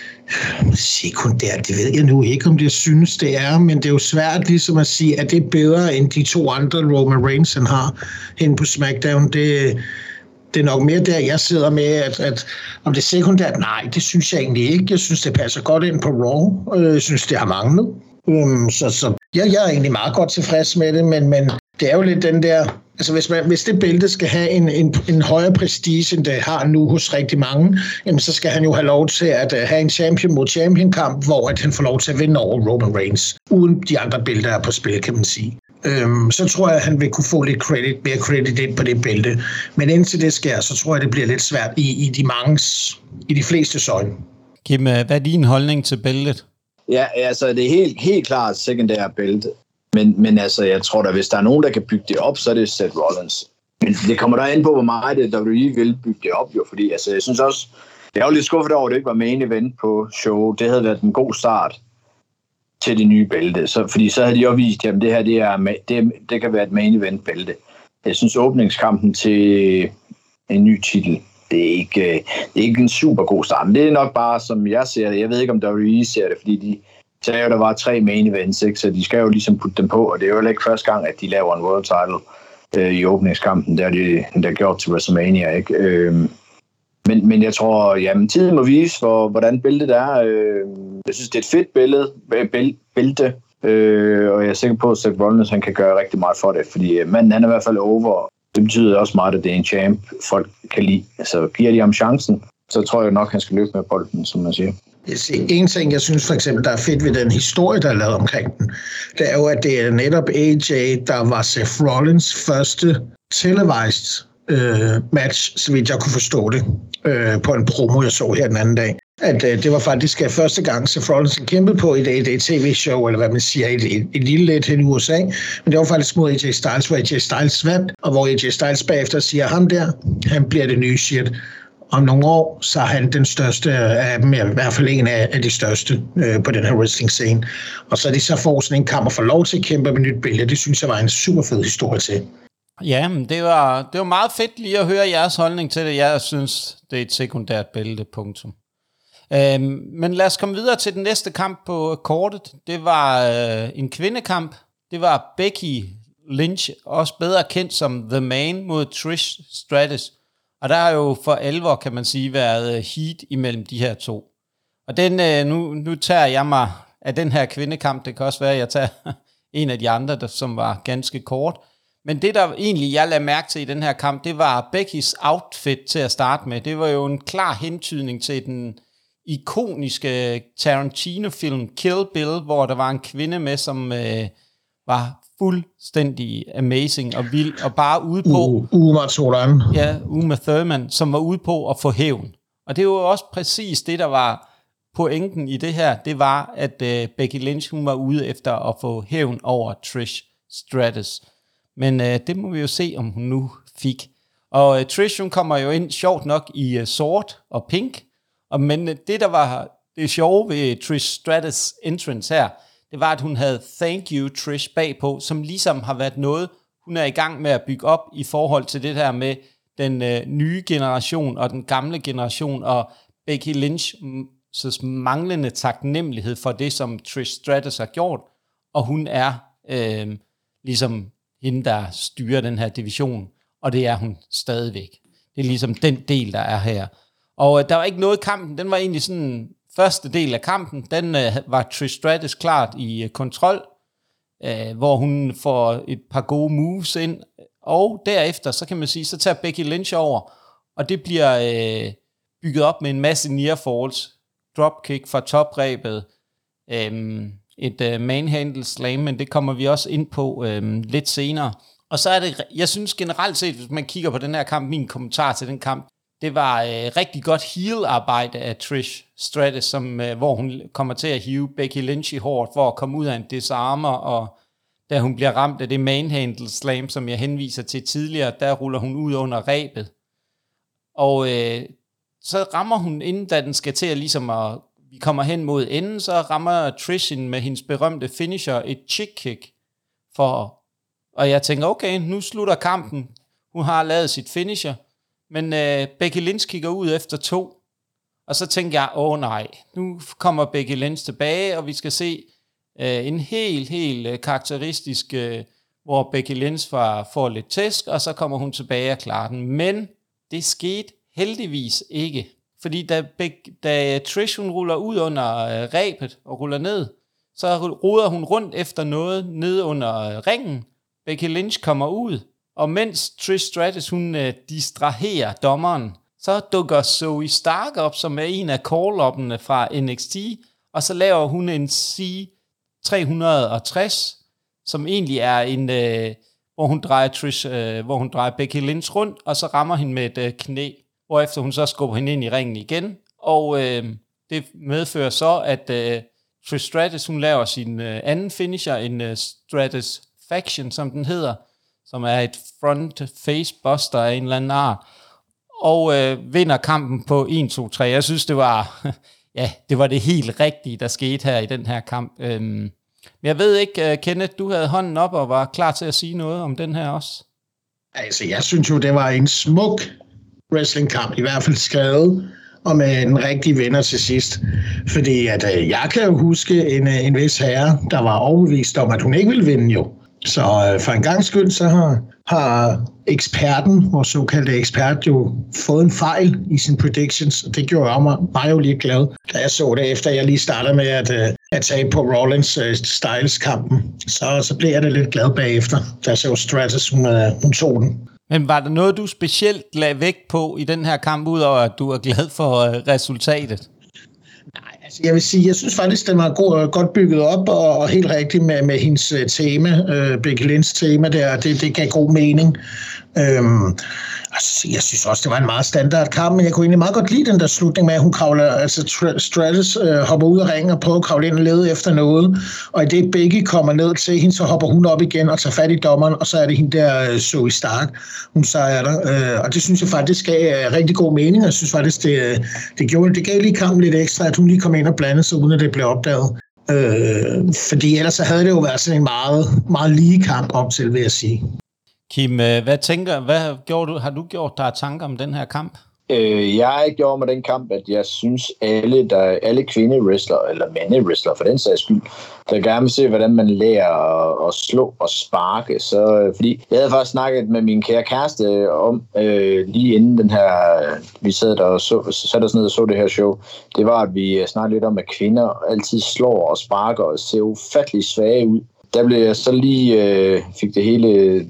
sekundært, det ved jeg nu ikke, om det synes, det er, men det er jo svært ligesom at sige, at det er bedre end de to andre Roman Reigns, han har henne på SmackDown. Det Det er nok mere der, jeg sidder med, at, at om det er sekundært, nej, det synes jeg egentlig ikke. Jeg synes, det passer godt ind på Raw. Jeg synes, det har manglet. Um, så så ja, jeg er egentlig meget godt tilfreds med det, men, men det er jo lidt den der... Altså, hvis, man, hvis det bælte skal have en, en, en højere prestige, end det har nu hos rigtig mange, jamen, så skal han jo have lov til at uh, have en champion mod champion-kamp, hvor at han får lov til at vinde over Roman Reigns, uden de andre bælter er på spil, kan man sige. Øhm, så tror jeg, at han vil kunne få lidt credit, mere credit ind på det bælte. Men indtil det sker, så tror jeg, det bliver lidt svært i, i de manges, i de fleste øjne. Kim, hvad er din holdning til bæltet? Ja, altså det er helt, helt klart sekundære bælte. Men, men altså, jeg tror da, hvis der er nogen, der kan bygge det op, så er det Seth Rollins. Men det kommer der an på, hvor meget det W W E vil bygge det op, jo, fordi altså, jeg synes også, jeg er jo lidt skuffet over, at det ikke var main event på show. Det havde været en god start til det nye bælte, så, fordi så havde de jo vist, at det her det, er, det, det kan være et main event bælte. Jeg synes, åbningskampen til en ny titel, det er ikke, det er ikke en super god start, men det er nok bare, som jeg ser det. Jeg ved ikke, om W W E ser det, fordi de sagde jo, der var tre main events, ikke? Så de skal jo ligesom putte dem på, og det er jo ikke første gang, at de laver en world title øh, i åbningskampen, der er de der gjort til WrestleMania, ikke? Øh, men, men jeg tror, jamen, tiden må vise, for, hvordan bæltet er. Øh, jeg synes, det er et fedt billede, bæl, bælte, øh, og jeg er sikker på, at Seth Rollins han kan gøre rigtig meget for det, fordi manden han er i hvert fald over. Det betyder også meget, at det er en champ, folk kan lide. Altså, giver de ham chancen, så tror jeg nok, han skal løbe med bolden, som man siger. En ting, jeg synes for eksempel, der er fedt ved den historie, der er lavet omkring den, det er jo, at det er netop A J, der var Seth Rollins første televised øh, match, så vidt jeg kunne forstå det, øh, på en promo, jeg så her den anden dag. At øh, det var faktisk øh, første gang, Seth Rollins kæmpede på et, et, et tv-show, eller hvad man siger, et, et, et lille lidt i U S A. Men det var faktisk mod A J Styles, hvor A J Styles vandt, og hvor A J Styles bagefter siger, ham der, han bliver det nye shit. Om nogle år, så er han den største af dem, i hvert fald en af, af de største øh, på den her wrestling-scene. Og så er de så får sådan en kamp og får lov til at kæmpe med nyt billede. Det synes jeg var en super fed historie til. Ja, men det var, det var meget fedt lige at høre jeres holdning til det. Jeg synes, det er et sekundært bælte, punktum. Øhm, men lad os komme videre til den næste kamp på kortet. Det var øh, en kvindekamp. Det var Becky Lynch, også bedre kendt som The Man, mod Trish Stratus. Og der har jo for alvor, kan man sige, været heat imellem de her to. Og den, øh, nu, nu tager jeg mig af den her kvindekamp. Det kan også være, at jeg tager en af de andre, der, som var ganske kort. Men det, der egentlig jeg lagde mærke til i den her kamp, det var Beckys outfit til at starte med. Det var jo en klar hentydning til den ikoniske Tarantino-film Kill Bill, hvor der var en kvinde med, som øh, var fuldstændig amazing og vild, og bare ude på... Uma Thurman. Ja, Uma Thurman, som var ude på at få hævn. Og det var jo også præcis det, der var pointen i det her. Det var, at øh, Becky Lynch, hun var ude efter at få hævn over Trish Stratus. Men øh, det må vi jo se, om hun nu fik. Og øh, Trish, hun kommer jo ind sjovt nok i øh, sort og pink. Og, men øh, det, der var det sjove ved Trish Stratus' entrance her, det var, at hun havde Thank You Trish bagpå, som ligesom har været noget, hun er i gang med at bygge op i forhold til det her med den øh, nye generation og den gamle generation, og Becky Lynch's manglende taknemmelighed for det, som Trish Stratus har gjort, og hun er øh, ligesom hende, der styrer den her division, og det er hun stadigvæk. Det er ligesom den del, der er her. Og øh, der var ikke noget i kampen, den var egentlig sådan... Første del af kampen, den øh, var Trish Stratus klart i øh, kontrol, øh, hvor hun får et par gode moves ind, og derefter, så kan man sige, så tager Becky Lynch over, og det bliver øh, bygget op med en masse near falls, dropkick fra toprebet, øh, et øh, manhandle slam, men det kommer vi også ind på øh, lidt senere. Og så er det, jeg synes generelt set, hvis man kigger på den her kamp, min kommentar til den kamp, det var øh, rigtig godt heel-arbejde af Trish Stratus, som, øh, hvor hun kommer til at hive Becky Lynch i hårdt for at komme ud af en disarmer, og da hun bliver ramt af det manhandle slam, som jeg henviser til tidligere, der ruller hun ud under rebet. Og øh, så rammer hun, inden da den skal til at ligesom at, vi kommer hen mod enden, så rammer Trish med hendes berømte finisher et chick kick. For, og jeg tænker, okay, nu slutter kampen. Hun har lavet sit finisher. Men øh, Becky Lynch kigger ud efter to, og så tænker jeg, åh nej, nu kommer Becky Lynch tilbage, og vi skal se øh, en helt, helt øh, karakteristisk, øh, hvor Becky Lynch får, får lidt tæsk, og så kommer hun tilbage og klarer den. Men det skete heldigvis ikke, fordi da, Be- da Trish hun ruller ud under øh, rebet og ruller ned, så ruder hun rundt efter noget nede under øh, ringen. Becky Lynch kommer ud, og mens Trish Stratus, hun øh, distraherer dommeren, så dukker Zoe Stark op, som er en af call-uppene fra N X T, og så laver hun en C tre hundrede og tres, som egentlig er en, øh, hvor hun drejer Trish, øh, hvor hun drejer Becky Lynch rundt, og så rammer hende med et øh, knæ, hvorefter hun så skubber hende ind i ringen igen, og øh, det medfører så, at øh, Trish Stratus, hun laver sin øh, anden finisher, en øh, Stratus Faction, som den hedder, som er et front-face buster af en eller anden art, og øh, vinder kampen på en, to, tre. Jeg synes, det var, ja, det var det helt rigtige, der skete her i den her kamp. Øhm, men jeg ved ikke, uh, Kenneth, du havde hånden op og var klar til at sige noget om den her også. Altså, jeg synes jo, det var en smuk wrestlingkamp, i hvert fald skrevet, og med en rigtig vinder til sidst. Fordi at, øh, jeg kan jo huske en, en vis herre, der var overbevist om, at hun ikke ville vinde jo. Så øh, for en gang skyld, så har, har eksperten, vores såkaldte ekspert, jo fået en fejl i sine predictions, og det gjorde jeg mig, mig jo lige glad, da jeg så det, efter jeg lige startede med at, øh, at tage på Rollins øh, Styles-kampen. Så, så blev jeg da lidt glad bagefter, da jeg så Stratus, hun, øh, hun tog den. Men var der noget, du specielt lagde vægt på i den her kamp, udover at du er glad for øh, resultatet? Nej, altså jeg vil sige, jeg synes faktisk, den var god, godt bygget op, og, og helt rigtigt med, med hendes uh, tema, uh, Becky Lynch tema der, det, det gav god mening. Øhm, altså, jeg synes også, det var en meget standard kamp, men jeg kunne egentlig meget godt lide den der slutning med, at hun kravler, altså Stratus uh, hopper ud af ringen og prøver at kravle ind og lede efter noget, og i det Becky kommer ned til hende, så hopper hun op igen og tager fat i dommeren, og så er det hende der uh, Zoe Stark, hun sejrer der, uh, og det synes jeg faktisk gav uh, rigtig god mening, og jeg synes faktisk, det, uh, det, gjorde, det gav lige kampen lidt ekstra, at hun lige kom ind og blandede sig, uden at det blev opdaget. Uh, fordi ellers så havde det jo været sådan en meget, meget lige kamp op til, vil jeg sige. Kim, hvad tænker, hvad gjorde du, har du gjort dig tanker om den her kamp? Øh, jeg gjorde med den kamp, at jeg synes, alle, der, alle kvinde-wrestler, eller mande-wrestler for den sags skyld, der gerne vil se, hvordan man lærer at, at slå og sparke. Så, fordi jeg havde faktisk snakket med min kære kæreste om, øh, lige inden den her, vi sad der og så, satte os ned og så det her show, det var, at vi snakkede lidt om, at kvinder altid slår og sparker og ser ufattelig svage ud. Der blev jeg så lige, øh, fik det hele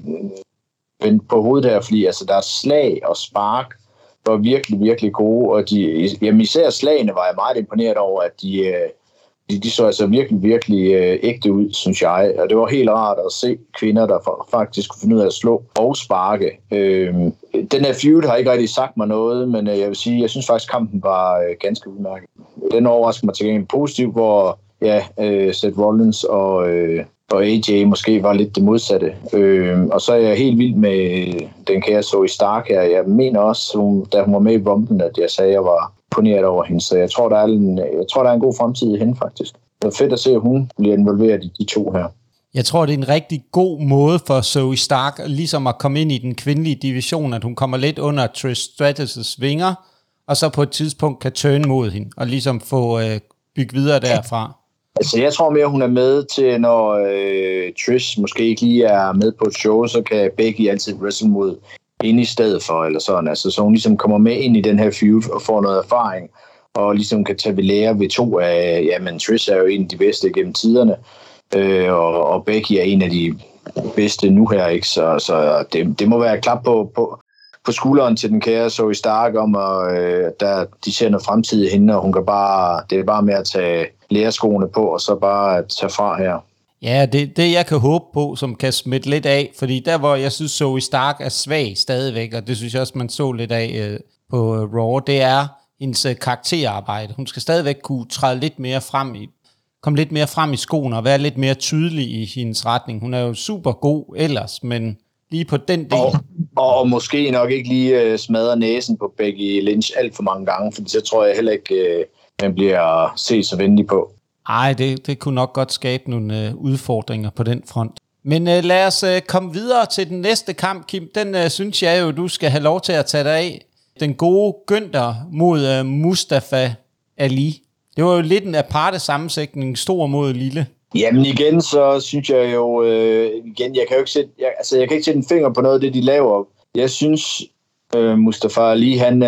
vendt på hovedet her, fordi altså, der er slag og spark, var virkelig, virkelig gode, og de, jamen især slagene var jeg meget imponeret over, at de, de, de så altså virkelig, virkelig øh, ægte ud, synes jeg, og det var helt rart at se kvinder, der faktisk kunne finde ud af at slå og sparke. Øh, den her feud har ikke rigtig sagt mig noget, men øh, jeg vil sige, jeg synes faktisk, kampen var øh, ganske udmærket. Den overraskede mig til gengæld positivt, hvor ja, øh, Seth Rollins og øh, og A J måske var lidt det modsatte. Øh, og så er jeg helt vild med den kære Zoe Stark her. Jeg mener også, hun, da hun var med i Rumble, at jeg sagde, at jeg var imponeret over hende. Så jeg tror, der er en, jeg tror, der er en god fremtid i hende, faktisk. Det er fedt at se, at hun bliver involveret i de to her. Jeg tror, det er en rigtig god måde for Zoe Stark ligesom at komme ind i den kvindelige division, at hun kommer lidt under Trish Stratus' vinger, og så på et tidspunkt kan turn mod hende, og ligesom få øh, bygge videre derfra. Altså, jeg tror mere, hun er med til, når øh, Trish måske ikke lige er med på et show, så kan Becky altid wrestle mod ind i stedet for, eller sådan. Altså, så hun ligesom kommer med ind i den her feud og får noget erfaring, og ligesom kan tage ved lære ved to af, jamen, Trish er jo en af de bedste gennem tiderne, øh, og, og Becky er en af de bedste nu her, ikke? Så, så det, det må være klap på, på, på skulderen til den kære Zoe Stark om, at øh, der, de ser noget fremtid i hende, og hun kan bare, det er bare med at tage lærerskoene på, og så bare tage fra her. Ja, det det jeg kan håbe på, som kan smitte lidt af, fordi der hvor jeg synes Zoe Stark er svag stadigvæk, og det synes jeg også man så lidt af øh, på øh, Raw, det er hendes øh, karakterarbejde. Hun skal stadigvæk kunne træde lidt mere frem i, komme lidt mere frem i skoene og være lidt mere tydelig i hendes retning. Hun er jo super god ellers, men lige på den del. Og, og måske nok ikke lige øh, smadre næsen på Becky Lynch alt for mange gange, fordi så tror jeg heller ikke øh, man bliver set så venlig på. Ej, det, det kunne nok godt skabe nogle øh, udfordringer på den front. Men øh, lad os øh, komme videre til den næste kamp, Kim. Den øh, synes jeg jo, du skal have lov til at tage dig af. Den gode Günther mod øh, Mustafa Ali. Det var jo lidt en aparte sammensætning, stor mod lille. Jamen igen, så synes jeg jo, øh, igen, jeg kan jo ikke sætte, jeg, altså jeg kan ikke sætte en finger på noget af det, de laver. Jeg synes, øh, Mustafa Ali, han,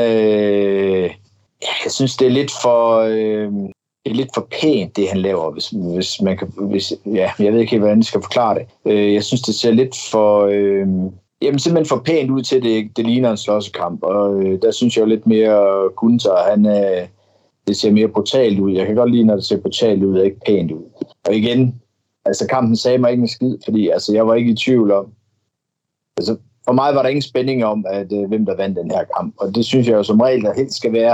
øh, jeg synes, det er lidt for, øh, det er lidt for pænt, det han laver, hvis, hvis man kan, hvis, ja, jeg ved ikke helt, hvordan jeg skal forklare det. Øh, jeg synes, det ser lidt for, øh, jamen simpelthen for pænt ud til, det, det ligner en slåssekamp, og øh, der synes jeg jo lidt mere, Günther, han, øh, det ser mere brutalt ud. Jeg kan godt lide, når det ser brutalt ud, og ikke pænt ud. Og igen, altså kampen sagde mig ikke en skid, fordi altså, jeg var ikke i tvivl om. Altså, for mig var der ingen spænding om, at øh, hvem der vandt den her kamp. Og det synes jeg jo som regel, der helt skal være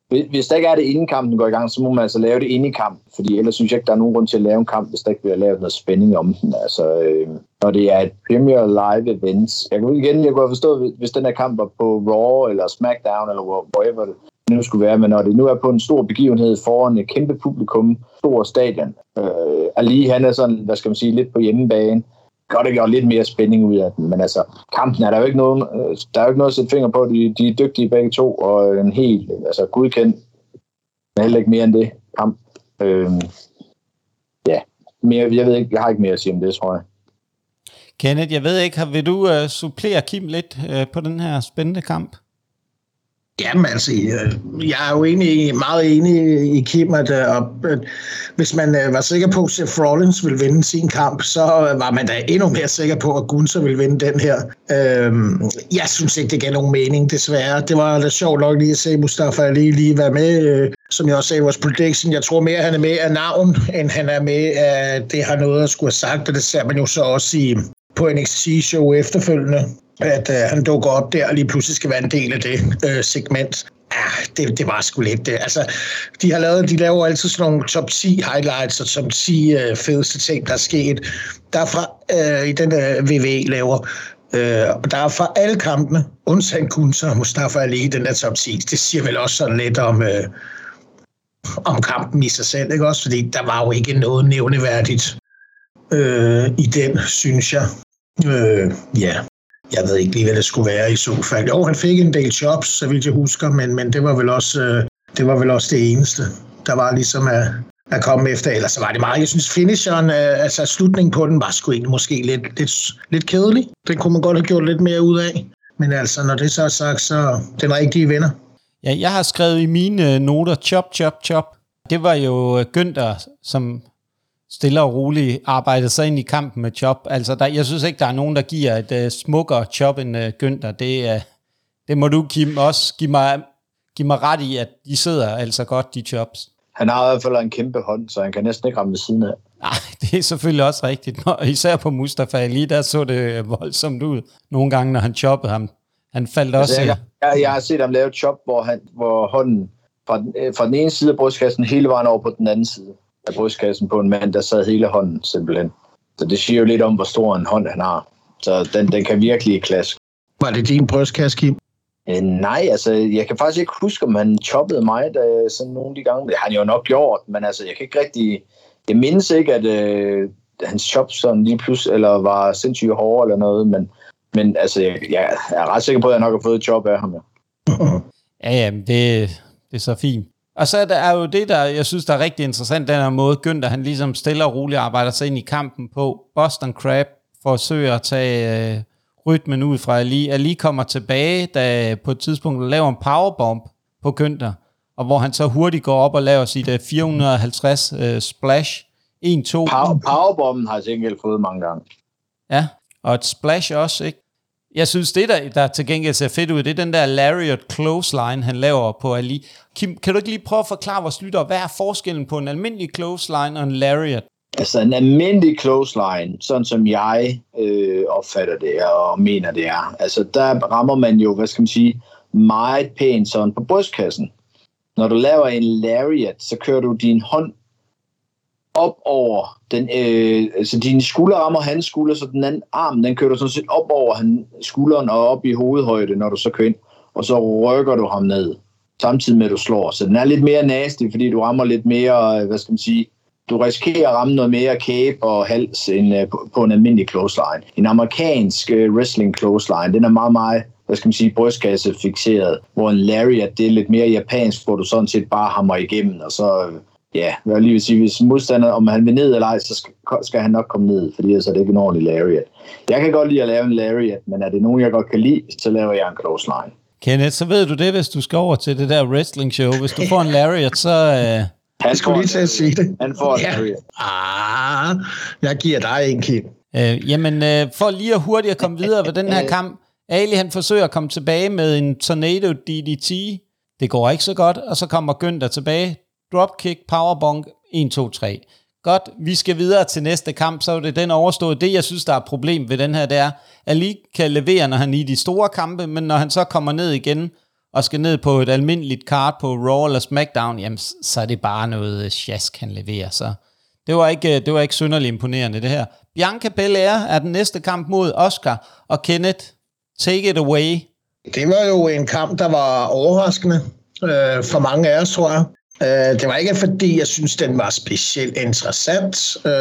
Hvis der ikke er det, inden kampen går i gang, så må man altså lave det inde i kampen. Fordi ellers synes jeg ikke, der er nogen grund til at lave en kamp, hvis der ikke bliver lavet noget spænding om den. Altså, øh, når det er et Premier Live event. Jeg kan igen, jeg kunne forstå, hvis den her kamp var på Raw eller SmackDown eller whatever det nu skulle være. Men når det nu er på en stor begivenhed foran et kæmpe publikum, stor stadion. Øh, Ali, han er sådan, hvad skal man sige, lidt på hjemmebane. Godt ikke gjort lidt mere spænding ud af den, men altså, kampen er der jo ikke nogen, der er jo ikke noget at sætte finger på, de, de er dygtige begge to, og en helt, altså godkendt, men heller ikke mere end det, kamp. Øhm, ja, mere, jeg ved ikke, jeg har ikke mere at sige om det, tror jeg. Kenneth, jeg ved ikke, vil du uh, supplere Kim lidt uh, på den her spændende kamp? Jamen altså, jeg er jo egentlig meget enig i Kim, at, at, at hvis man var sikker på, at Seth Rollins ville vinde sin kamp, så var man da endnu mere sikker på, at Gunther ville vinde den her. Øhm, jeg synes ikke, det gav nogen mening, desværre. Det var da sjovt nok lige at se Mustafa Ali lige være med, som jeg også sagde i vores prediction. Jeg tror mere, han er med af navn, end han er med af det, har noget at skulle have sagt, og det ser man jo så også i, på N X T-show efterfølgende. At øh, han dukker op der og lige pludselig skal være en del af det øh, segment. Ah, det, det var sgu lidt det. Altså, de har lavet, de laver altid sådan nogle top ti highlights og top ti øh, fedeste ting, der er sket. Der er fra, øh, i den der V V E laver, øh, der er fra alle kampene, undtagen Gunther og Mustafa Ali i den der top ti. Det siger vel også sådan lidt om, øh, om kampen i sig selv, ikke også? Fordi der var jo ikke noget nævneværdigt øh, i den, synes jeg. Øh, ja. Jeg ved ikke lige, hvad det skulle være i så fald. Jo, han fik en del jobs, så vidt jeg husker, men, men det, var vel også, øh, det var vel også det eneste, der var ligesom at, at komme efter. Ellers så var det meget. Jeg synes, finisheren, øh, altså slutningen på den, var sgu egentlig måske lidt, lidt, lidt kedelig. Den kunne man godt have gjort lidt mere ud af. Men altså, når det så er sagt, så den rigtige vinder. Ja, jeg har skrevet i mine noter, chop, chop, chop. Det var jo Günther, som stille og roligt arbejdede sig ind i kampen med Chop. Altså, der, jeg synes ikke, der er nogen, der giver et uh, smukkere Chop end uh, Günther. Det, uh, det må du, Kim, også give mig, give mig ret i, at de sidder altså godt, de Chops. Han har i hvert fald en kæmpe hånd, så han kan næsten ikke ramme ved siden af. Nej, det er selvfølgelig også rigtigt. Når, især på Mustafa Ali, der så det voldsomt ud. Nogle gange, når han choppede ham. Han faldt altså, også... Jeg, jeg, jeg har set ham lave chop, hvor, han, hvor hånden fra den, fra den ene side af brystkassen hele vejen over på den anden side af brystkassen på en mand, der sad hele hånden simpelthen. Så det siger jo lidt om, hvor stor en hånd han har. Så den, den kan virkelig klaske. Var det din brystkasse, Kim? Øh, nej, altså, jeg kan faktisk ikke huske, om han choppede mig da, sådan nogle af de gange. Det har han jo nok gjort, men altså, jeg kan ikke rigtig... Jeg mindes ikke, at øh, hans chop sådan lige pludselig, eller var sindssygt hård eller noget, men, men altså, jeg, jeg er ret sikker på, at jeg nok har fået et job af ham, ja. Ja, ja, det, det er så fint. Og så er der jo det, der jeg synes, der er rigtig interessant, den her måde, Günther, han ligesom stille og roligt arbejder sig ind i kampen på. Boston Crab forsøger at tage øh, rytmen ud fra Ali. Ali kommer tilbage, da på et tidspunkt laver en powerbomb på Günther, og hvor han så hurtigt går op og laver sit uh, fire hundrede og halvtreds uh, splash. en to Power, powerbomben har jeg sikkert fået mange gange. Ja, og et splash også, ikke? Jeg synes, det der, der til gengæld ser fedt ud, det er den der lariat clothesline, han laver på Ali. Kim, kan du ikke lige prøve at forklare vores lyttere, hvad er forskellen på en almindelig clothesline og en lariat? Altså en almindelig clothesline, sådan som jeg øh, opfatter det og mener det er, altså der rammer man jo, hvad skal man sige, meget pænt sådan på brystkassen. Når du laver en lariat, så kører du din hånd op over den, øh, altså dine skuldre rammer hans skulder, så den anden arm, den kører du sådan set op over hans skulderen og op i hovedhøjde, når du så kører ind, og så rykker du ham ned, samtidig med at du slår. Så den er lidt mere nasty, fordi du rammer lidt mere, hvad skal man sige, du risikerer at ramme noget mere kæbe og hals end øh, på, på en almindelig clothesline. En amerikansk øh, wrestling clothesline, den er meget, meget, hvad skal man sige, brystkasse fixeret, hvor en lariat, det er lidt mere japansk, hvor du sådan set bare hammer igennem, og så... Øh, Ja, jeg vil lige vil sige, hvis modstander, om han vil ned eller ej, så skal, skal han nok komme ned, fordi ellers er det ikke en ordentlig lariat. Jeg kan godt lide at lave en lariat, men er det nogen, jeg godt kan lide, så laver jeg en clothesline. Kenneth, så ved du det, hvis du skal over til det der wrestling show. Hvis du får en lariat, så... Øh... Han skulle lige til at sige det. Han får en ja. lariat. Ah, jeg giver dig en, Kim. Øh, jamen, øh, for lige at hurtigt at komme videre ved den her kamp, Ali han forsøger at komme tilbage med en Tornado D D T. Det går ikke så godt, og så kommer Günther tilbage. Dropkick, powerbomb, en, to, tre. Godt, vi skal videre til næste kamp, så er det den overstået. Det, jeg synes, der er et problem ved den her, det er, Ali kan levere, når han er i de store kampe, men når han så kommer ned igen og skal ned på et almindeligt card på Raw eller SmackDown, jamen, så er det bare noget sjask, han leverer. Så det var ikke, det var ikke synderligt imponerende, det her. Bianca Belair er den næste kamp mod Oscar, og Kenneth, take it away. Det var jo en kamp, der var overraskende øh, for mange af os, tror jeg. Øh, det var ikke fordi, jeg synes, den var specielt interessant. Øh,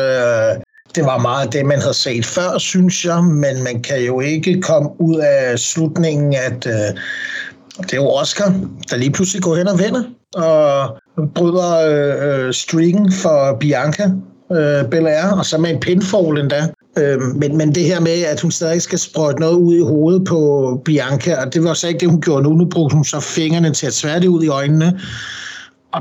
det var meget det, man havde set før, synes jeg, men man kan jo ikke komme ud af slutningen, at øh, det er jo Oscar, der lige pludselig går hen og vinder, og bryder øh, streaken for Bianca øh, Belair, og så med en pinfall endda. Øh, men, men det her med, at hun stadig skal sprøjte noget ud i hovedet på Bianca, og det var så ikke det, hun gjorde nu. Nu brugte hun så fingrene til at svære det ud i øjnene. Og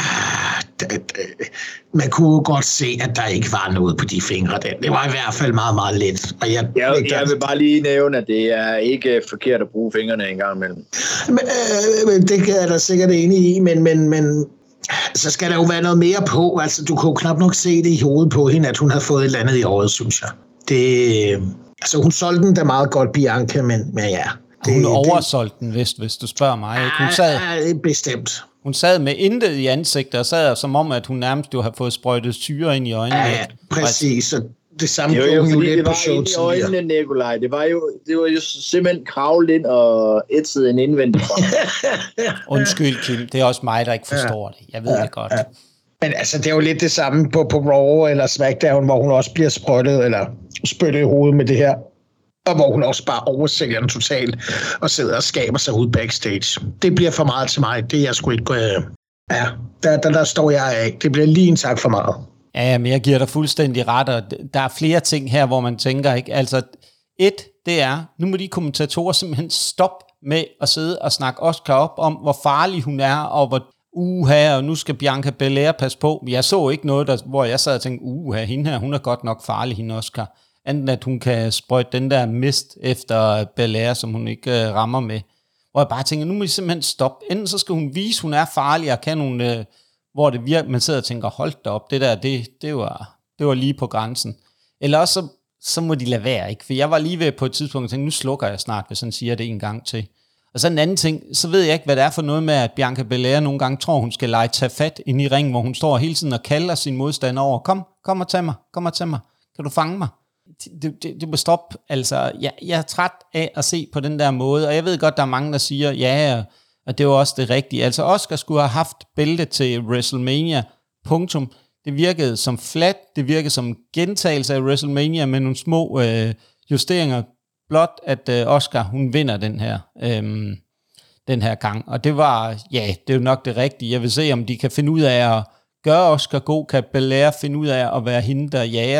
ah, det, det, man kunne godt se, at der ikke var noget på de fingre. Det var i hvert fald meget, meget let. Og jeg, jeg, jeg vil bare lige nævne, at det er ikke forkert at bruge fingrene en gang imellem. Men, øh, det er der sikkert enig i, men, men, men så skal der jo være noget mere på. Altså, du kunne knap nok se det i hovedet på hende, at hun havde fået et eller andet i året, synes jeg. Det, altså, hun solgte den da meget godt, Bianca, men, men ja. Det, hun oversolgte den, hvis, hvis du spørger mig. Ikke? Hun sad, ja, bestemt. Hun sad med intet i ansigtet, og sad som om, at hun nærmest jo har fået sprøjtet syre ind i øjnene. Ja, præcis. Og det samme gjorde hun jo lidt på showet. Det var ind i øjnene, Nikolaj. Det var jo, det var jo simpelthen kravlet ind og ætset en indvendig fra. Undskyld, Kim. Det er også mig, der ikke forstår ja. det. Jeg ved ja, det godt. Ja. Men altså, det er jo lidt det samme på, på Raw eller SmackDown, hvor hun også bliver sprøjtet eller spyttet i hovedet med det her. Og hvor hun også bare oversælger den totalt og sidder og skaber sig ud backstage. Det bliver for meget til mig. Det er jeg sgu ikke... Øh, ja, der, der, der står jeg af. Det bliver lige en tak for meget. Ja, men jeg giver dig fuldstændig ret, og der er flere ting her, hvor man tænker, ikke? Altså, et, det er, nu må de kommentatorer simpelthen stoppe med at sidde og snakke Oscar op om, hvor farlig hun er, og hvor uha, og nu skal Bianca Belair passe på. Jeg så ikke noget, der, hvor jeg sad og tænkte, uha, hende her, hun er godt nok farlig, hende Oscar. Anden at hun kan sprøjte den der mist efter Belair, som hun ikke øh, rammer med. Hvor jeg bare tænker, nu må de simpelthen stoppe. Enten så skal hun vise, hun er farlig, og kan hun, øh, hvor det virker, man sidder og tænker, hold da op, det der, det, det, var, det var lige på grænsen. Eller også så, så må de lade være, ikke? For jeg var lige ved på et tidspunkt og tænkte, nu slukker jeg snart, hvis han siger det en gang til. Og så en anden ting, så ved jeg ikke, hvad det er for noget med, at Bianca Belair nogle gange tror, hun skal lege tage fat ind i ringen, hvor hun står hele tiden og kalder sin modstander over, kom, kom og tag mig, kom og tag mig, kan du fange mig? Det, det, det må stoppe, altså, jeg, jeg er træt af at se på den der måde, og jeg ved godt, der er mange, der siger, ja, og det var også det rigtige. Altså, Oscar skulle have haft bælte til WrestleMania, punktum. Det virkede som flat, det virkede som gentagelse af WrestleMania med nogle små øh, justeringer, blot at øh, Oscar, hun vinder den her, øh, den her gang. Og det var, ja, det er jo nok det rigtige. Jeg vil se, om de kan finde ud af at gøre Oscar god, kan Belair finde ud af at være hende, der jager.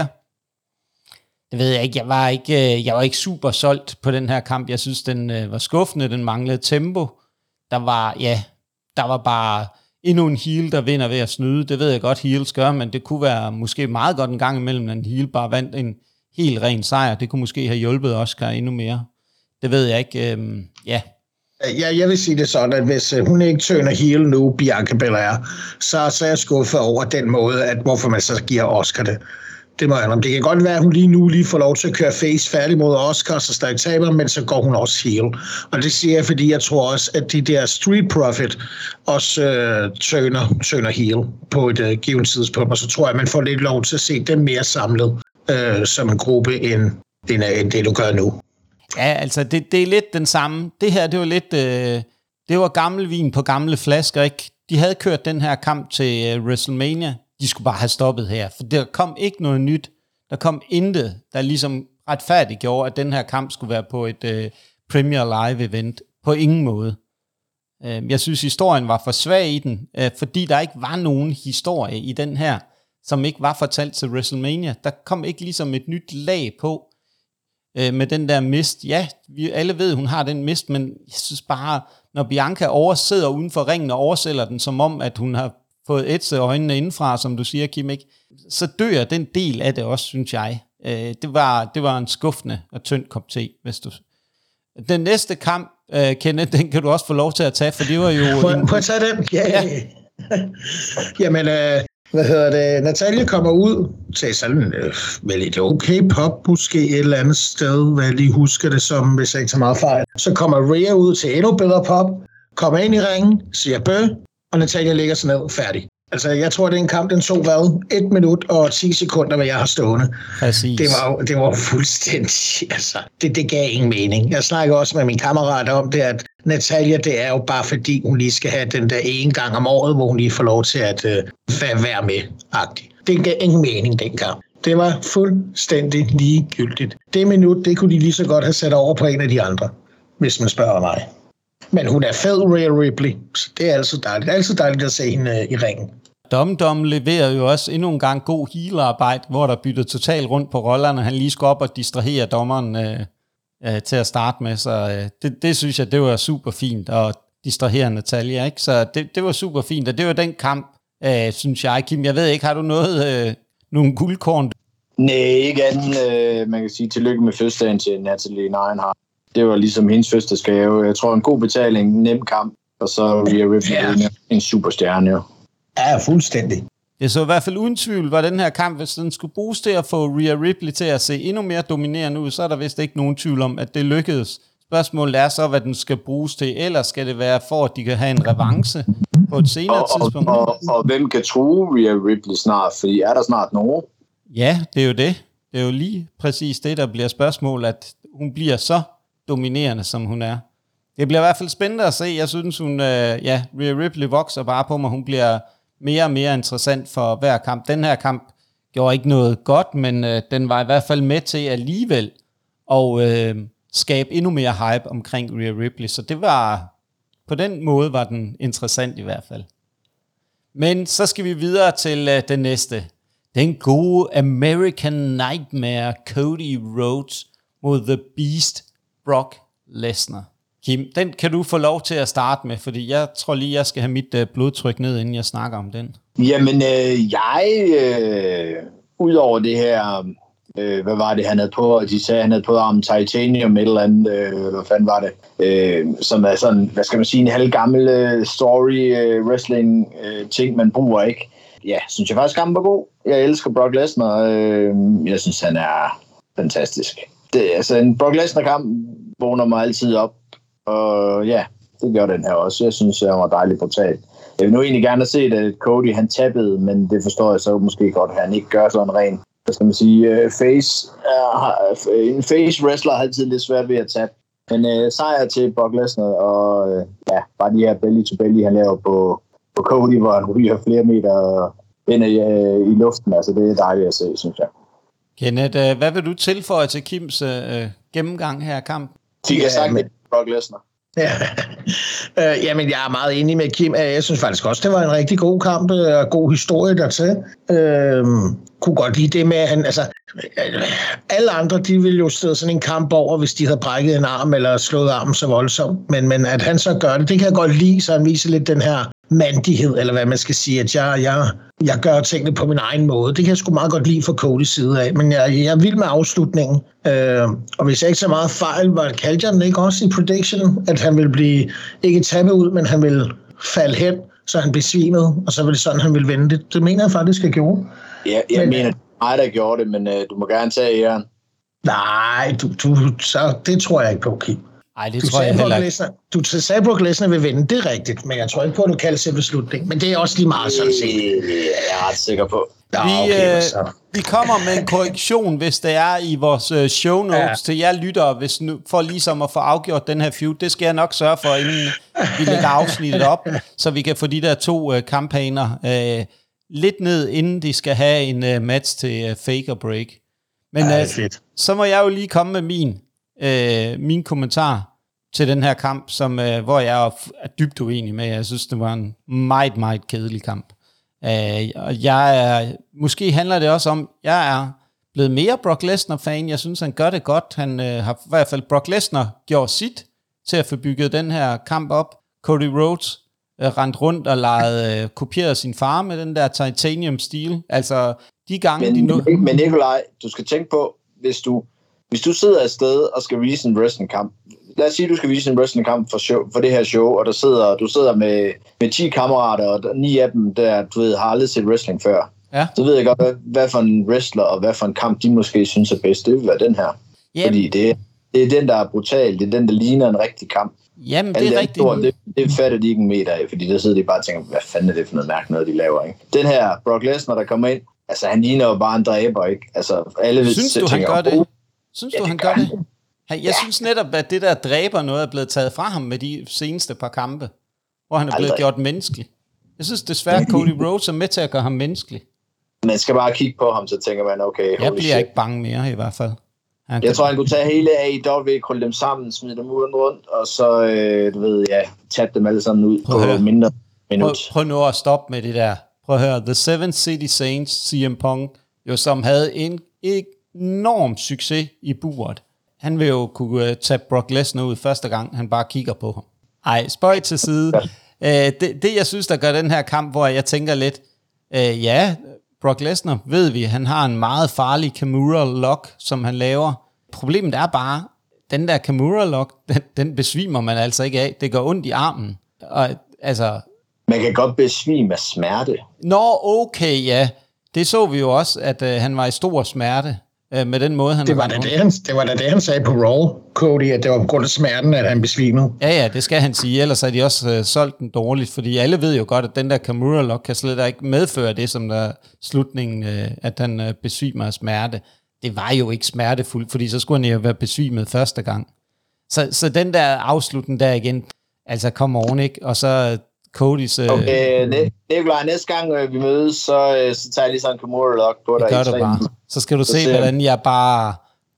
Det ved jeg ikke. Jeg var ikke, jeg var ikke super solgt på den her kamp. Jeg synes, den øh, var skuffende. Den manglede tempo. Der var, ja, der var bare endnu en heel, der vinder ved at snyde. Det ved jeg godt, heels gør, men det kunne være måske meget godt en gang imellem, at en heel bare vandt en helt ren sejr. Det kunne måske have hjulpet Oscar endnu mere. Det ved jeg ikke. Øhm, ja. Ja, jeg vil sige det sådan, at hvis hun ikke tøner heel nu, Bianca Belair, så, så er jeg skuffet over den måde, at hvorfor man så giver Oscar det. Det må jeg om. Det kan godt være, at hun lige nu lige får lov til at køre face færdig mod Oscar, så stadig taber, men så går hun også heel. Og det siger jeg, fordi jeg tror også, at de der Street Profit også øh, tøner, tøner heel på et øh, givet tidspunkt, og så tror jeg, at man får lidt lov til at se dem mere samlet øh, som en gruppe, end, end, end det, du gør nu. Ja, altså, det, det er lidt den samme. Det her, det var lidt, øh, det var gammel vin på gamle flasker, ikke? De havde kørt den her kamp til øh, WrestleMania. De skulle bare have stoppet her, for der kom ikke noget nyt. Der kom intet, der ligesom retfærdiggjorde, at den her kamp skulle være på et øh, Premier Live event. På ingen måde. Øh, jeg synes, historien var for svag i den, øh, fordi der ikke var nogen historie i den her, som ikke var fortalt til WrestleMania. Der kom ikke ligesom et nyt lag på øh, med den der mist. Ja, vi alle ved, hun har den mist, men jeg synes bare, når Bianca oversidder uden for ringen og oversælger den, som om, at hun har fået ætset øjnene indenfra, som du siger, Kim, ikke? Så dør den del af det også, synes jeg. Øh, det, var, det var en skuffende og tynd kop te, hvis du... Den næste kamp, øh, Kenneth, den kan du også få lov til at tage, for det var jo... Prøv, en... prøv at tage den. Ja, ja. Jamen, øh, hvad hedder det? Natalia kommer ud til sådan øh, vel et okay pop, måske et eller andet sted, hvad jeg lige husker det som, hvis jeg ikke tager meget fejl. Så kommer Rhea ud til endnu bedre pop, kommer ind i ringen, siger bøh, og Natalja ligger sig ned, færdig. Altså, jeg tror, det er en kamp, den tog hvad? Et minut og ti sekunder, hvad jeg har stående. Præcis. Det var, det var fuldstændig, altså, det, det gav ingen mening. Jeg snakker også med min kammerat om det, at Natalja, det er jo bare fordi, hun lige skal have den der ene gang om året, hvor hun lige får lov til at øh, være med-agtig. Det gav ingen mening, den kamp. Det var fuldstændig ligegyldigt. Det minut, det kunne de lige så godt have sat over på en af de andre, hvis man spørger mig. Men hun er fed, Rhea Ripley, så det er altid dejligt. Det er altid dejligt at se hende øh, i ringen. Dom-Dom leverer jo også endnu en gang god healerarbejde, hvor der bytter totalt rundt på rollerne. Han lige skal op og distrahere dommeren øh, øh, til at starte med, så øh, det, det synes jeg, det var super fint at distrahere Natalja, ikke? Så det, det var super fint, og det var den kamp, øh, synes jeg. Kim, jeg ved ikke, har du noget, øh, nogle guldkorn? Nej, ikke andet. Øh, man kan sige tillykke med fødselsdagen til Natalie Neidhart. Det var ligesom hendes fødselsdagsgave. Jeg tror, en god betaling, nem kamp, og så Rhea Ripley ja. en superstjerne. Jo. Ja, fuldstændig. Det så i hvert fald uden tvivl, var den her kamp, hvis den skulle bruges til at få Rhea Ripley til at se endnu mere dominerende ud, så er der vist ikke nogen tvivl om, at det lykkedes. Spørgsmålet er så, hvad den skal bruges til, eller skal det være for, at de kan have en revanche på et senere og, tidspunkt? Og, og, og hvem kan true Rhea Ripley snart? Fordi er der snart nogen? Ja, det er jo det. Det er jo lige præcis det, der bliver spørgsmål, at hun bliver så dominerende, som hun er. Det bliver i hvert fald spændende at se. Jeg synes, hun, øh, ja, Rhea Ripley vokser bare på mig. Hun bliver mere og mere interessant for hver kamp. Den her kamp gjorde ikke noget godt, men øh, den var i hvert fald med til alligevel at øh, skabe endnu mere hype omkring Rhea Ripley. Så det var, på den måde var den interessant i hvert fald. Men så skal vi videre til øh, den næste. Den gode American Nightmare Cody Rhodes mod The Beast Brock Lesnar. Kim, den kan du få lov til at starte med, fordi jeg tror lige, jeg skal have mit øh, blodtryk ned, inden jeg snakker om den. Jamen, øh, jeg, øh, udover det her, øh, hvad var det, han havde på, de sagde, han havde på armen Titanium, et eller andet, øh, hvad fanden var det, øh, som er sådan, hvad skal man sige, en halvgammel øh, story øh, wrestling øh, ting, man bruger, ikke? Ja, synes jeg faktisk, han var god. Jeg elsker Brock Lesnar, øh, jeg synes, han er fantastisk. Det, altså, en Brock Lesnar-kamp vågner mig altid op, og ja, det gør den her også. Jeg synes, det var dejligt brutalt. Jeg vil nu egentlig gerne have set, at Cody han tappede, men det forstår jeg så måske godt, at han ikke gør sådan ren, hvad skal man sige, face, uh, en face wrestler har altid lidt svært ved at tabe. Men uh, sejr til Brock Lesnar, og uh, ja, bare de her belly to belly, han laver på, på Cody, hvor han ryger flere meter ind i, uh, i luften. Altså, det er dejligt at se, synes jeg. Kenneth, hvad vil du tilføje til Kims uh, gennemgang her af kampen? De kan sagt med Brock Lesnar. Ja. øh, jamen, jeg er meget enig med Kim. Jeg synes faktisk også, det var en rigtig god kamp og god historie dertil. Øh, kunne godt lide det med, at han, altså, alle andre, de ville jo stå sådan en kamp over, hvis de havde brækket en arm eller slået armen så voldsomt. Men, men at han så gør det, det kan jeg godt lide, så han viser lidt den her mandighed, eller hvad man skal sige, at jeg, jeg, jeg gør tingene på min egen måde. Det kan jeg sgu meget godt lide fra Codys side af, men jeg, jeg er vild med afslutningen. Øh, og hvis jeg ikke så meget fejl, var kaldte jeg den ikke også i prediction, at han ville blive, ikke tabe ud, men han ville falde hen, så han besvimede, og så var det sådan, han ville vende det. Det mener jeg faktisk, jeg gjorde. Ja, jeg men, mener, det er mig, der gjorde det, men øh, du må gerne tage æren. Nej, du, du, så, det tror jeg ikke på, Kim. Ej, det du tror jeg heller ikke. Du sagde, at Brock Lesnar vil vinde, det er rigtigt, men jeg tror ikke på, at du kalder selv beslutning. Men det er også lige meget sådan set. Jeg er ret sikker på. Vi, okay, øh, vi kommer med en korrektion, hvis det er i vores øh, show notes ja. til jer lyttere, hvis nu, for ligesom at få afgjort den her feud. Det skal jeg nok sørge for, inden vi lægger afsnittet op, så vi kan få de der to øh, kampagner øh, lidt ned, inden de skal have en øh, match til øh, Fake or Break. Men ja, øh, så må jeg jo lige komme med min, øh, min kommentar til den her kamp, som, øh, hvor jeg er, er dybt uenig med. Jeg synes, det var en meget, meget kedelig kamp. Uh, og jeg er, måske handler det også om, jeg er blevet mere Brock Lesnar-fan. Jeg synes, han gør det godt. Han uh, har i hvert fald, Brock Lesnar gjort sit til at få bygget den her kamp op. Cody Rhodes uh, rendt rundt og leget, uh, kopieret sin far med den der titanium-stil. Altså, de gange... Men, de nu... men Nikolaj, du skal tænke på, hvis du, hvis du sidder et sted og skal vise en wrestling-kamp, lad os sige, at du skal vise en wrestling-kamp for, show, for det her show, og der sidder, du sidder med, med ti kammerater, og ni af dem, der du ved, har aldrig set wrestling før. Ja. Så ved jeg godt, hvad, hvad for en wrestler og hvad for en kamp, de måske synes er bedst. Det vil være den her. Yep. Fordi det, det er den, der er brutal. Det er den, der ligner en rigtig kamp. Jamen, det er rigtigt. Det, det fatter de ikke en meter af, fordi der sidder de bare og tænker, hvad fanden er det for noget mærke, noget de laver, ikke? Den her Brock Lesnar, der kommer ind, altså han ligner jo bare en dræber, ikke? Altså, alle synes du, tænker, han gør det? Synes ja, du, han gør det? Jeg ja. synes netop, at det der dræber noget er blevet taget fra ham med de seneste par kampe, hvor han er blevet Aldrig. gjort menneskelig. Jeg synes desværre, at Cody Rhodes er med til at gøre ham menneskelig. Man skal bare kigge på ham, så tænker man, okay, jeg bliver shit. ikke bange mere i hvert fald. Han jeg kan... tror, han kunne tage hele A E W, krølle dem sammen, smide dem uden rundt, og så, øh, du ved, ja, tabe dem alle sammen ud prøv på mindre minut. Prøv, prøv nu at stoppe med det der. Prøv at høre, The Seven City Saints, C M Punk, jo som havde en enorm succes i buret. Han vil jo kunne tage Brock Lesnar ud første gang, han bare kigger på ham. Ej, spøj til side. Ja. Æ, det, det, jeg synes, der gør den her kamp, hvor jeg tænker lidt, øh, ja, Brock Lesnar, ved vi, han har en meget farlig Kimura lock, som han laver. Problemet er bare, den der Kimura lock, den, den besvimer man altså ikke af. Det går ondt i armen. Og, altså, man kan godt besvime af smerte. Nå, okay, ja. Det så vi jo også, at øh, han var i stor smerte øh, med den måde, han det var, da det, han, det var da det, han sagde på Raw, Cody, at det var på grund af smerten, at han besvimede. Ja, ja, det skal han sige. Ellers har de også øh, solgt den dårligt, fordi alle ved jo godt, at den der Kimura lock kan slet ikke medføre det, som der slutningen, øh, at han øh, besvimer af smerte. Det var jo ikke smertefuldt, fordi så skulle han jo være besvimet første gang. Så, så den der afslutning der igen, altså kommer oven, ikke? Og så Codys... Øh, okay, Nikolaj, næste gang øh, vi mødes, så, øh, så tager jeg lige sådan en Kimura-lock på dig. Det gør du bare. Så skal du så se, se, hvordan jeg bare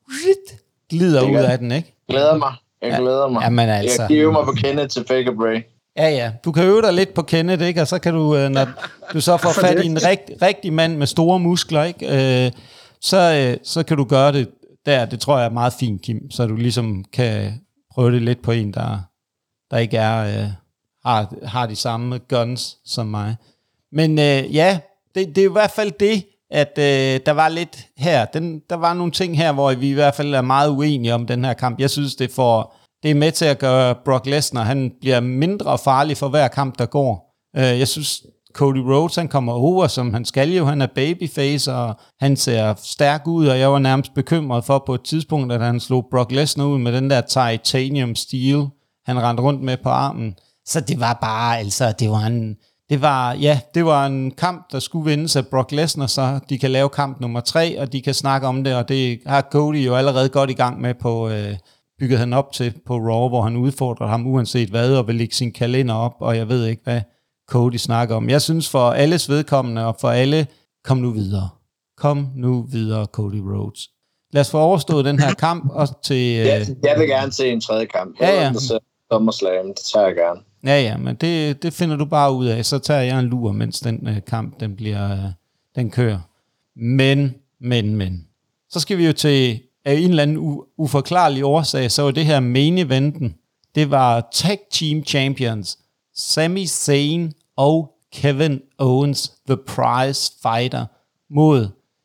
glider ud af den, ikke? Glæder mig. Jeg glæder mig. Jamen, altså. Jeg giver mig på Kenneth til Fake Bray. Ja, ja. Du kan øve dig lidt på Kenneth, ikke? Og så kan du, når du så får fat i en rigt, rigtig mand med store muskler, ikke? Øh, så, så kan du gøre det der. Det tror jeg er meget fint, Kim. Så du ligesom kan prøve det lidt på en, der, der ikke er... Øh, Har, har de samme guns som mig. Men øh, ja, det, det er i hvert fald det, at øh, der var lidt her. Den, der var nogle ting her, hvor vi i hvert fald er meget uenige om den her kamp. Jeg synes, det, får, det er med til at gøre Brock Lesnar, han bliver mindre farlig for hver kamp, der går. Øh, jeg synes, Cody Rhodes, han kommer over, som han skal jo. Han er babyface, og han ser stærk ud, og jeg var nærmest bekymret for på et tidspunkt, at han slog Brock Lesnar ud med den der titanium steel, han rendte rundt med på armen. Så det var bare, altså, det var en, det var, ja, det var en kamp, der skulle vindes af Brock Lesnar, så de kan lave kamp nummer tre, og de kan snakke om det, og det har Cody jo allerede godt i gang med på, øh, bygget han op til på Raw, hvor han udfordrer ham uanset hvad, og vil lægge sin kalender op, og jeg ved ikke, hvad Cody snakker om. Jeg synes for alles vedkommende, og for alle, kom nu videre. Kom nu videre, Cody Rhodes. Lad os få overstået den her kamp, og til... Øh, ja, jeg vil gerne se en tredje kamp. Ja, ja. SummerSlam, det tager jeg gerne. Ja, ja, men det, det finder du bare ud af. Så tager jeg en lur, mens den øh, kamp, den bliver, øh, den kører. Men, men, men. Så skal vi jo til af en eller anden u- uforklarlig årsag, så var det her main eventen. Det var Tag Team Champions, Sami Zayn og Kevin Owens, The Prize Fighter, mod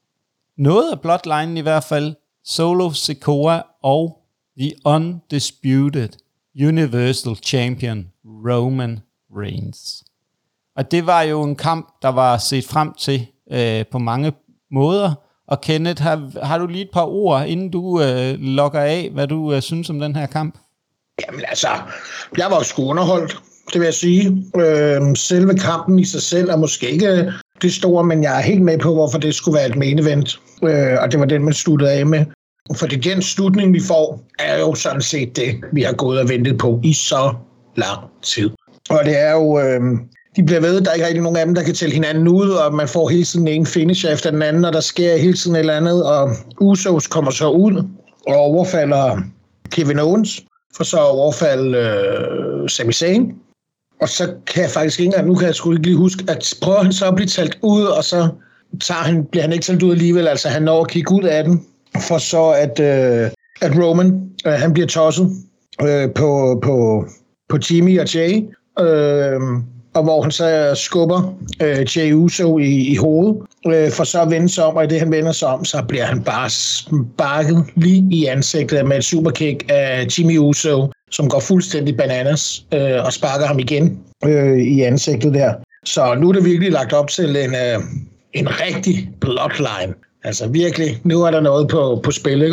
noget af Bloodline i hvert fald, Solo Sikoa og The Undisputed Universal Champion Roman Reigns. Og det var jo en kamp, der var set frem til øh, på mange måder. Og Kenneth, har, har du lige et par ord, inden du øh, logger af, hvad du øh, synes om den her kamp? Jamen altså, jeg var jo sgu underholdt, det vil jeg sige. Øh, selve kampen i sig selv er måske ikke det store, men jeg er helt med på, hvorfor det skulle være et main event. Øh, og det var den, man sluttede af med. Fordi den slutning, vi får, er jo sådan set det, vi har gået og ventet på i så lang tid. Og det er jo, øh, de bliver ved, der er ikke rigtig nogen af dem, der kan tælle hinanden ud, og man får hele tiden en finisher efter den anden, og der sker hele tiden et eller andet, og Usos kommer så ud og overfalder Kevin Owens, for så at overfalde øh, Sami Zayn. Og så kan jeg faktisk ikke engang, nu kan jeg sgu ikke lige huske, at prøver han så at blive talt ud, og så tager han, bliver han ikke talt ud alligevel, altså han når at kigge ud af den, for så at, øh, at Roman, øh, han bliver tosset øh, på, på, på Jimmy og Jay, øh, og hvor han så skubber øh, Jay Uso i, i hovedet, øh, for så at vende sig om, og i det han vender sig om, så bliver han bare sparket lige i ansigtet med et superkick af Jimmy Uso, som går fuldstændig bananas, øh, og sparker ham igen øh, i ansigtet der. Så nu er det virkelig lagt op til en, øh, en rigtig bloodline. Altså virkelig, nu er der noget på, på spil, ikke også?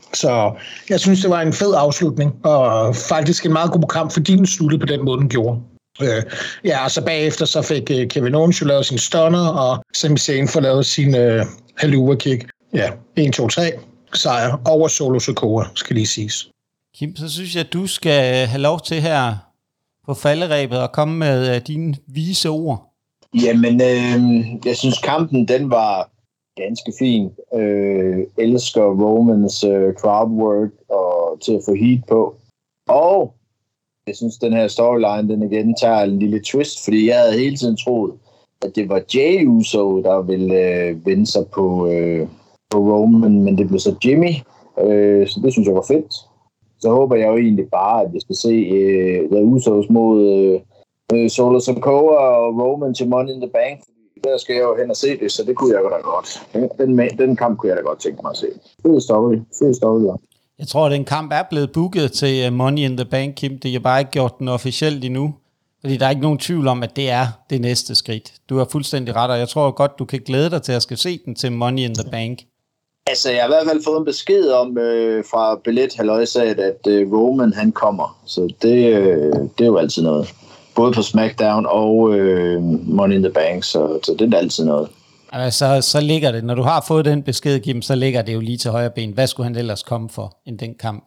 Så jeg synes, det var en fed afslutning, og faktisk en meget god kamp, fordi den sluttede på den måde, den gjorde. Øh, ja, og så bagefter så fik uh, Kevin Owens jo lavet sin stunner, og Sami Zayn får lavet sin uh, Helluva Kick. Ja, en, to, tre, sejr over Solo Sikoa, skal lige siges. Kim, så synes jeg, at du skal have lov til her på falderæbet og komme med uh, dine vise ord. Jamen, øh, jeg synes kampen, den var ganske fin. Øh, elsker Romans øh, crowdwork og til at få heat på. Og jeg synes, den her storyline, den igen tager en lille twist, fordi jeg havde hele tiden troet, at det var Jey Uso, der ville øh, vende sig på, øh, på Roman, men det blev så Jimmy. Øh, så det synes jeg var fedt. Så håber jeg jo egentlig bare, at vi skal se øh, The Usos mod øh, Solo Sikoa og Roman til Money in the Bank. Der skal jeg jo hen og se det, så det kunne jeg da godt. Den, den kamp kunne jeg da godt tænke mig at se. Fed story. Fed story, ja. Jeg tror, at den kamp er blevet booket til Money in the Bank, Kim. Det er bare ikke gjort den officielt endnu. Fordi der er ikke nogen tvivl om, at det er det næste skridt. Du har fuldstændig ret, og jeg tror godt, du kan glæde dig til at skal se den til Money in the Bank. Altså, jeg har i hvert fald fået en besked om øh, fra Billet Halløjsaget, at øh, Roman han kommer. Så det, øh, det er jo altid noget. Både på SmackDown og øh, Money in the Bank, så, så det er altid noget. Altså, så ligger det. Når du har fået den besked, Kim, så ligger det jo lige til højre ben. Hvad skulle han ellers komme for, end den kamp?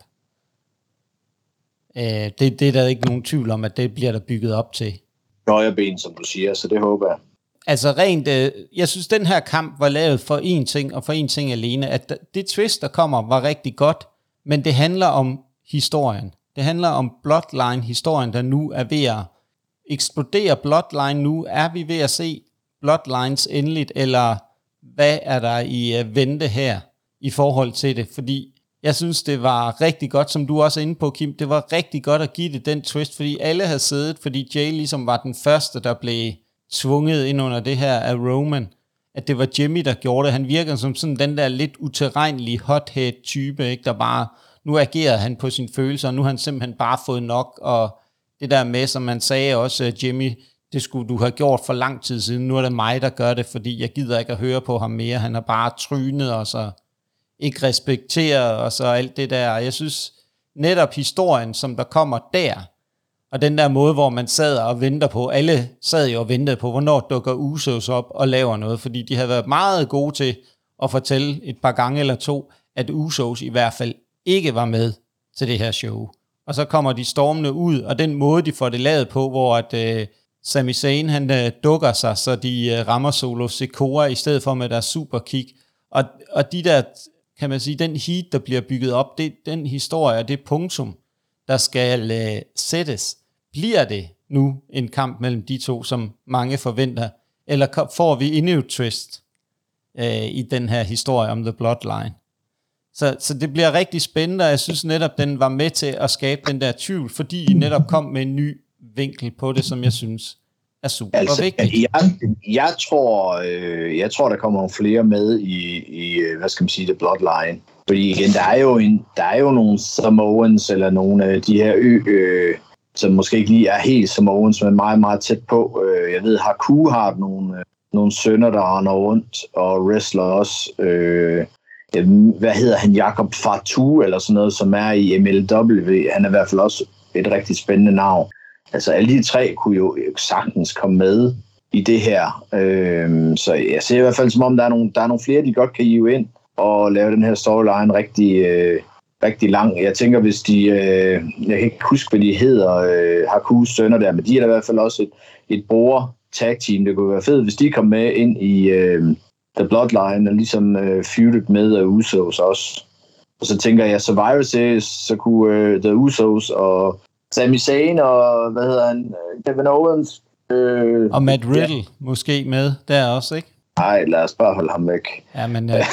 Øh, det, det er der ikke nogen tvivl om, at det bliver der bygget op til. Højre ben, som du siger, så det håber jeg. Altså rent, øh, jeg synes, den her kamp var lavet for én ting, og for én ting alene. At det twist, der kommer, var rigtig godt, men det handler om historien. Det handler om Bloodline-historien, der nu er ved at eksplodere. Bloodline nu. Er vi ved at se Bloodlines endeligt, eller hvad er der i uh, vente her i forhold til det? Fordi jeg synes, det var rigtig godt, som du også er inde på, Kim. Det var rigtig godt at give det den twist, fordi alle havde siddet, fordi Jey ligesom var den første, der blev svunget ind under det her af Roman. At det var Jimmy, der gjorde det. Han virker som sådan den der lidt utilregnelige hothead-type, ikke? Der bare, nu agerede han på sine følelser, og nu har han simpelthen bare fået nok, og det der med, som man sagde også, Jimmy, det skulle du have gjort for lang tid siden. Nu er det mig, der gør det, fordi jeg gider ikke at høre på ham mere. Han har bare trynet og så ikke respekteret og så alt det der. Jeg synes netop historien, som der kommer der, og den der måde, hvor man sad og venter på, alle sad jo og ventede på, hvornår dukker Usos op og laver noget, fordi de havde været meget gode til at fortælle et par gange eller to, at Usos i hvert fald ikke var med til det her show. Og så kommer de stormende ud, og den måde, de får det lavet på, hvor at øh, Sami Zayn, han øh, dukker sig, så de øh, rammer Solo Sikoa i stedet for med deres superkick. Og, og de der, kan man sige, den heat, der bliver bygget op, det, den historie og det punktum, der skal øh, sættes. Bliver det nu en kamp mellem de to, som mange forventer? Eller får vi endnu et twist øh, i den her historie om The Bloodline? Så, så det bliver rigtig spændende, og jeg synes netop, den var med til at skabe den der tvivl, fordi I netop kom med en ny vinkel på det, som jeg synes er super altså, vigtigt. Jeg, jeg, tror, øh, jeg tror, der kommer nogle flere med i, i, hvad skal man sige, The Bloodline. Fordi igen, der er jo, en, der er jo nogle Samoans, eller nogle af de her ø, øh, som måske ikke lige er helt Samoans, men meget, meget tæt på. Jeg ved, Haku har nogle, nogle sønner, der render rundt, og wrestler også. Øh, hvad hedder han, Jakob Fatu eller sådan noget, som er i M L W. Han er i hvert fald også et rigtig spændende navn. Altså alle de tre kunne jo sagtens komme med i det her. Øhm, så jeg ser i hvert fald som om, der er nogle, der er nogle flere, de godt kan hive ind og lave den her storyline rigtig, øh, rigtig lang. Jeg tænker, hvis de, øh, jeg kan ikke huske, hvad de hedder, øh, Hakus sønner der, men de er der i hvert fald også et, et bror tag team. Det kunne være fedt, hvis de kom med ind i øh, The Bloodline og ligesom øh, feuded med uh, Usos også. Og så tænker jeg, Survivor Series, så kunne uh, The Usos og Sami Zayn og, hvad hedder han, Kevin Owens. Øh, og Matt Riddle ja. Måske med der også, ikke? Nej, lad os bare holde ham væk. Ja, men... Uh...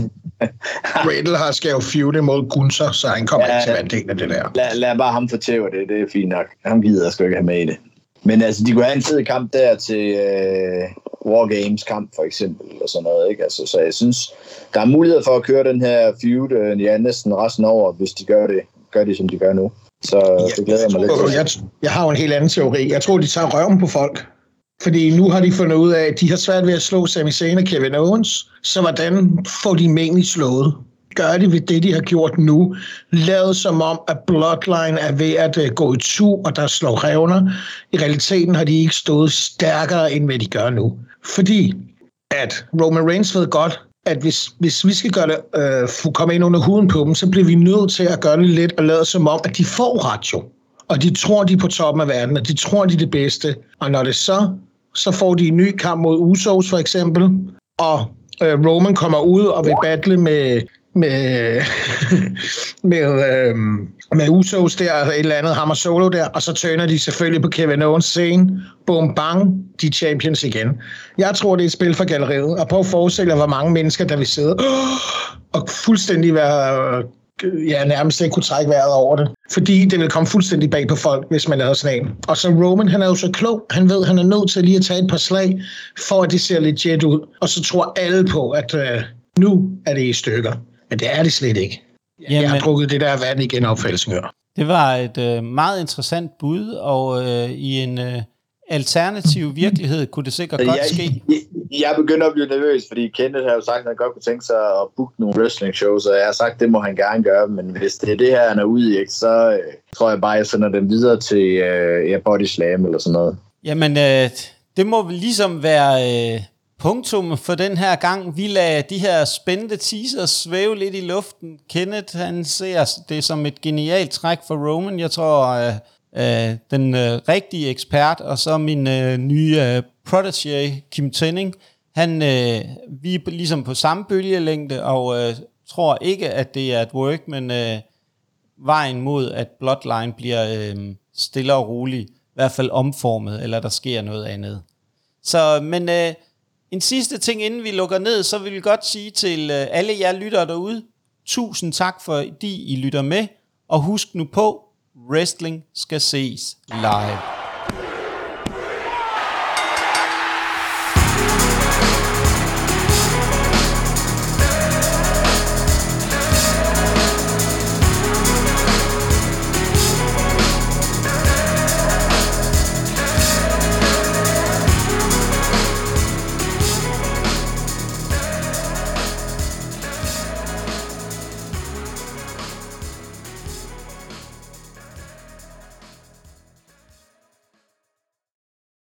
Riddle har skal jo feud mod Gunther, så han kommer ja, ikke til at være en del af det der. Lad, lad bare ham fortæve det, det er fint nok. Han gider jeg sgu ikke have med i det. Men altså, de kunne have en fed kamp der til øh, War Games kamp, for eksempel, og sådan noget, ikke? Altså, så jeg synes, der er mulighed for at køre den her feud, øh, ja, næsten resten over, hvis de gør det, gør det som de gør nu. Så ja, det glæder jeg mig lidt til. Jeg, jeg har jo en helt anden teori. Jeg tror, de tager røven på folk. Fordi nu har de fundet ud af, at de har svært ved at slå Sami Zayn og Kevin Owens, så hvordan får de egentlig slået? gør de ved det, de har gjort nu. Lavet som om, at Bloodline er ved at uh, gå i tur, og der slår revner. I realiteten har de ikke stået stærkere, end hvad de gør nu. Fordi at Roman Reigns ved godt, at hvis, hvis vi skal gøre det, øh, komme ind under huden på dem, så bliver vi nødt til at gøre det lidt og lade som om, at de får ret jo. Og de tror, de er på toppen af verden, og de tror, de er det bedste. Og når det så, så får de en ny kamp mod Usos for eksempel, og øh, Roman kommer ud og vil battle med med med, øh, med Usos der, et eller andet Hammer Solo der, og så tøner de selvfølgelig på Kevin Owens scene. Boom, bang, de er champions igen. Jeg tror, det er et spil for galleriet, og prøv at forestille dig, hvor mange mennesker, der vil sidde og fuldstændig være, ja, nærmest ikke kunne trække vejret over det. Fordi det vil komme fuldstændig bag på folk, hvis man lavede sådan en. Og så Roman, han er jo så klog. Han ved, han er nødt til lige at tage et par slag, for at det ser legit ud. Og så tror alle på, at øh, nu er det i stykker. Men det er det slet ikke. Jamen, jeg har drukket det der vand igen op for Helsingør. Det var et øh, meget interessant bud, og øh, i en øh, alternativ virkelighed kunne det sikkert godt jeg, ske. Jeg, jeg begynder at blive nervøs, fordi Kenneth har jo sagt, at han godt kunne tænke sig at booke nogle wrestling shows, og jeg har sagt, at det må han gerne gøre, men hvis det er det her, han er ude i, så øh, tror jeg bare, at jeg sender dem videre til øh, ja, Body Slam eller sådan noget. Jamen, øh, det må vel ligesom være øh, punktum for den her gang. Vi lader de her spændende teasers svæve lidt i luften. Kenneth, han ser det som et genialt træk for Roman. Jeg tror, øh, øh, den øh, rigtige ekspert, og så min øh, nye øh, protégé, Kim Tenning, han, øh, vi er ligesom på samme bølgelængde, og øh, tror ikke, at det er et work, men øh, vejen mod, at Bloodline bliver øh, stille og rolig, i hvert fald omformet, eller der sker noget andet. Så, men øh, en sidste ting, inden vi lukker ned, så vil vi godt sige til øh, alle jer lyttere derude, tusind tak, fordi I lytter med, og husk nu på, wrestling skal ses live.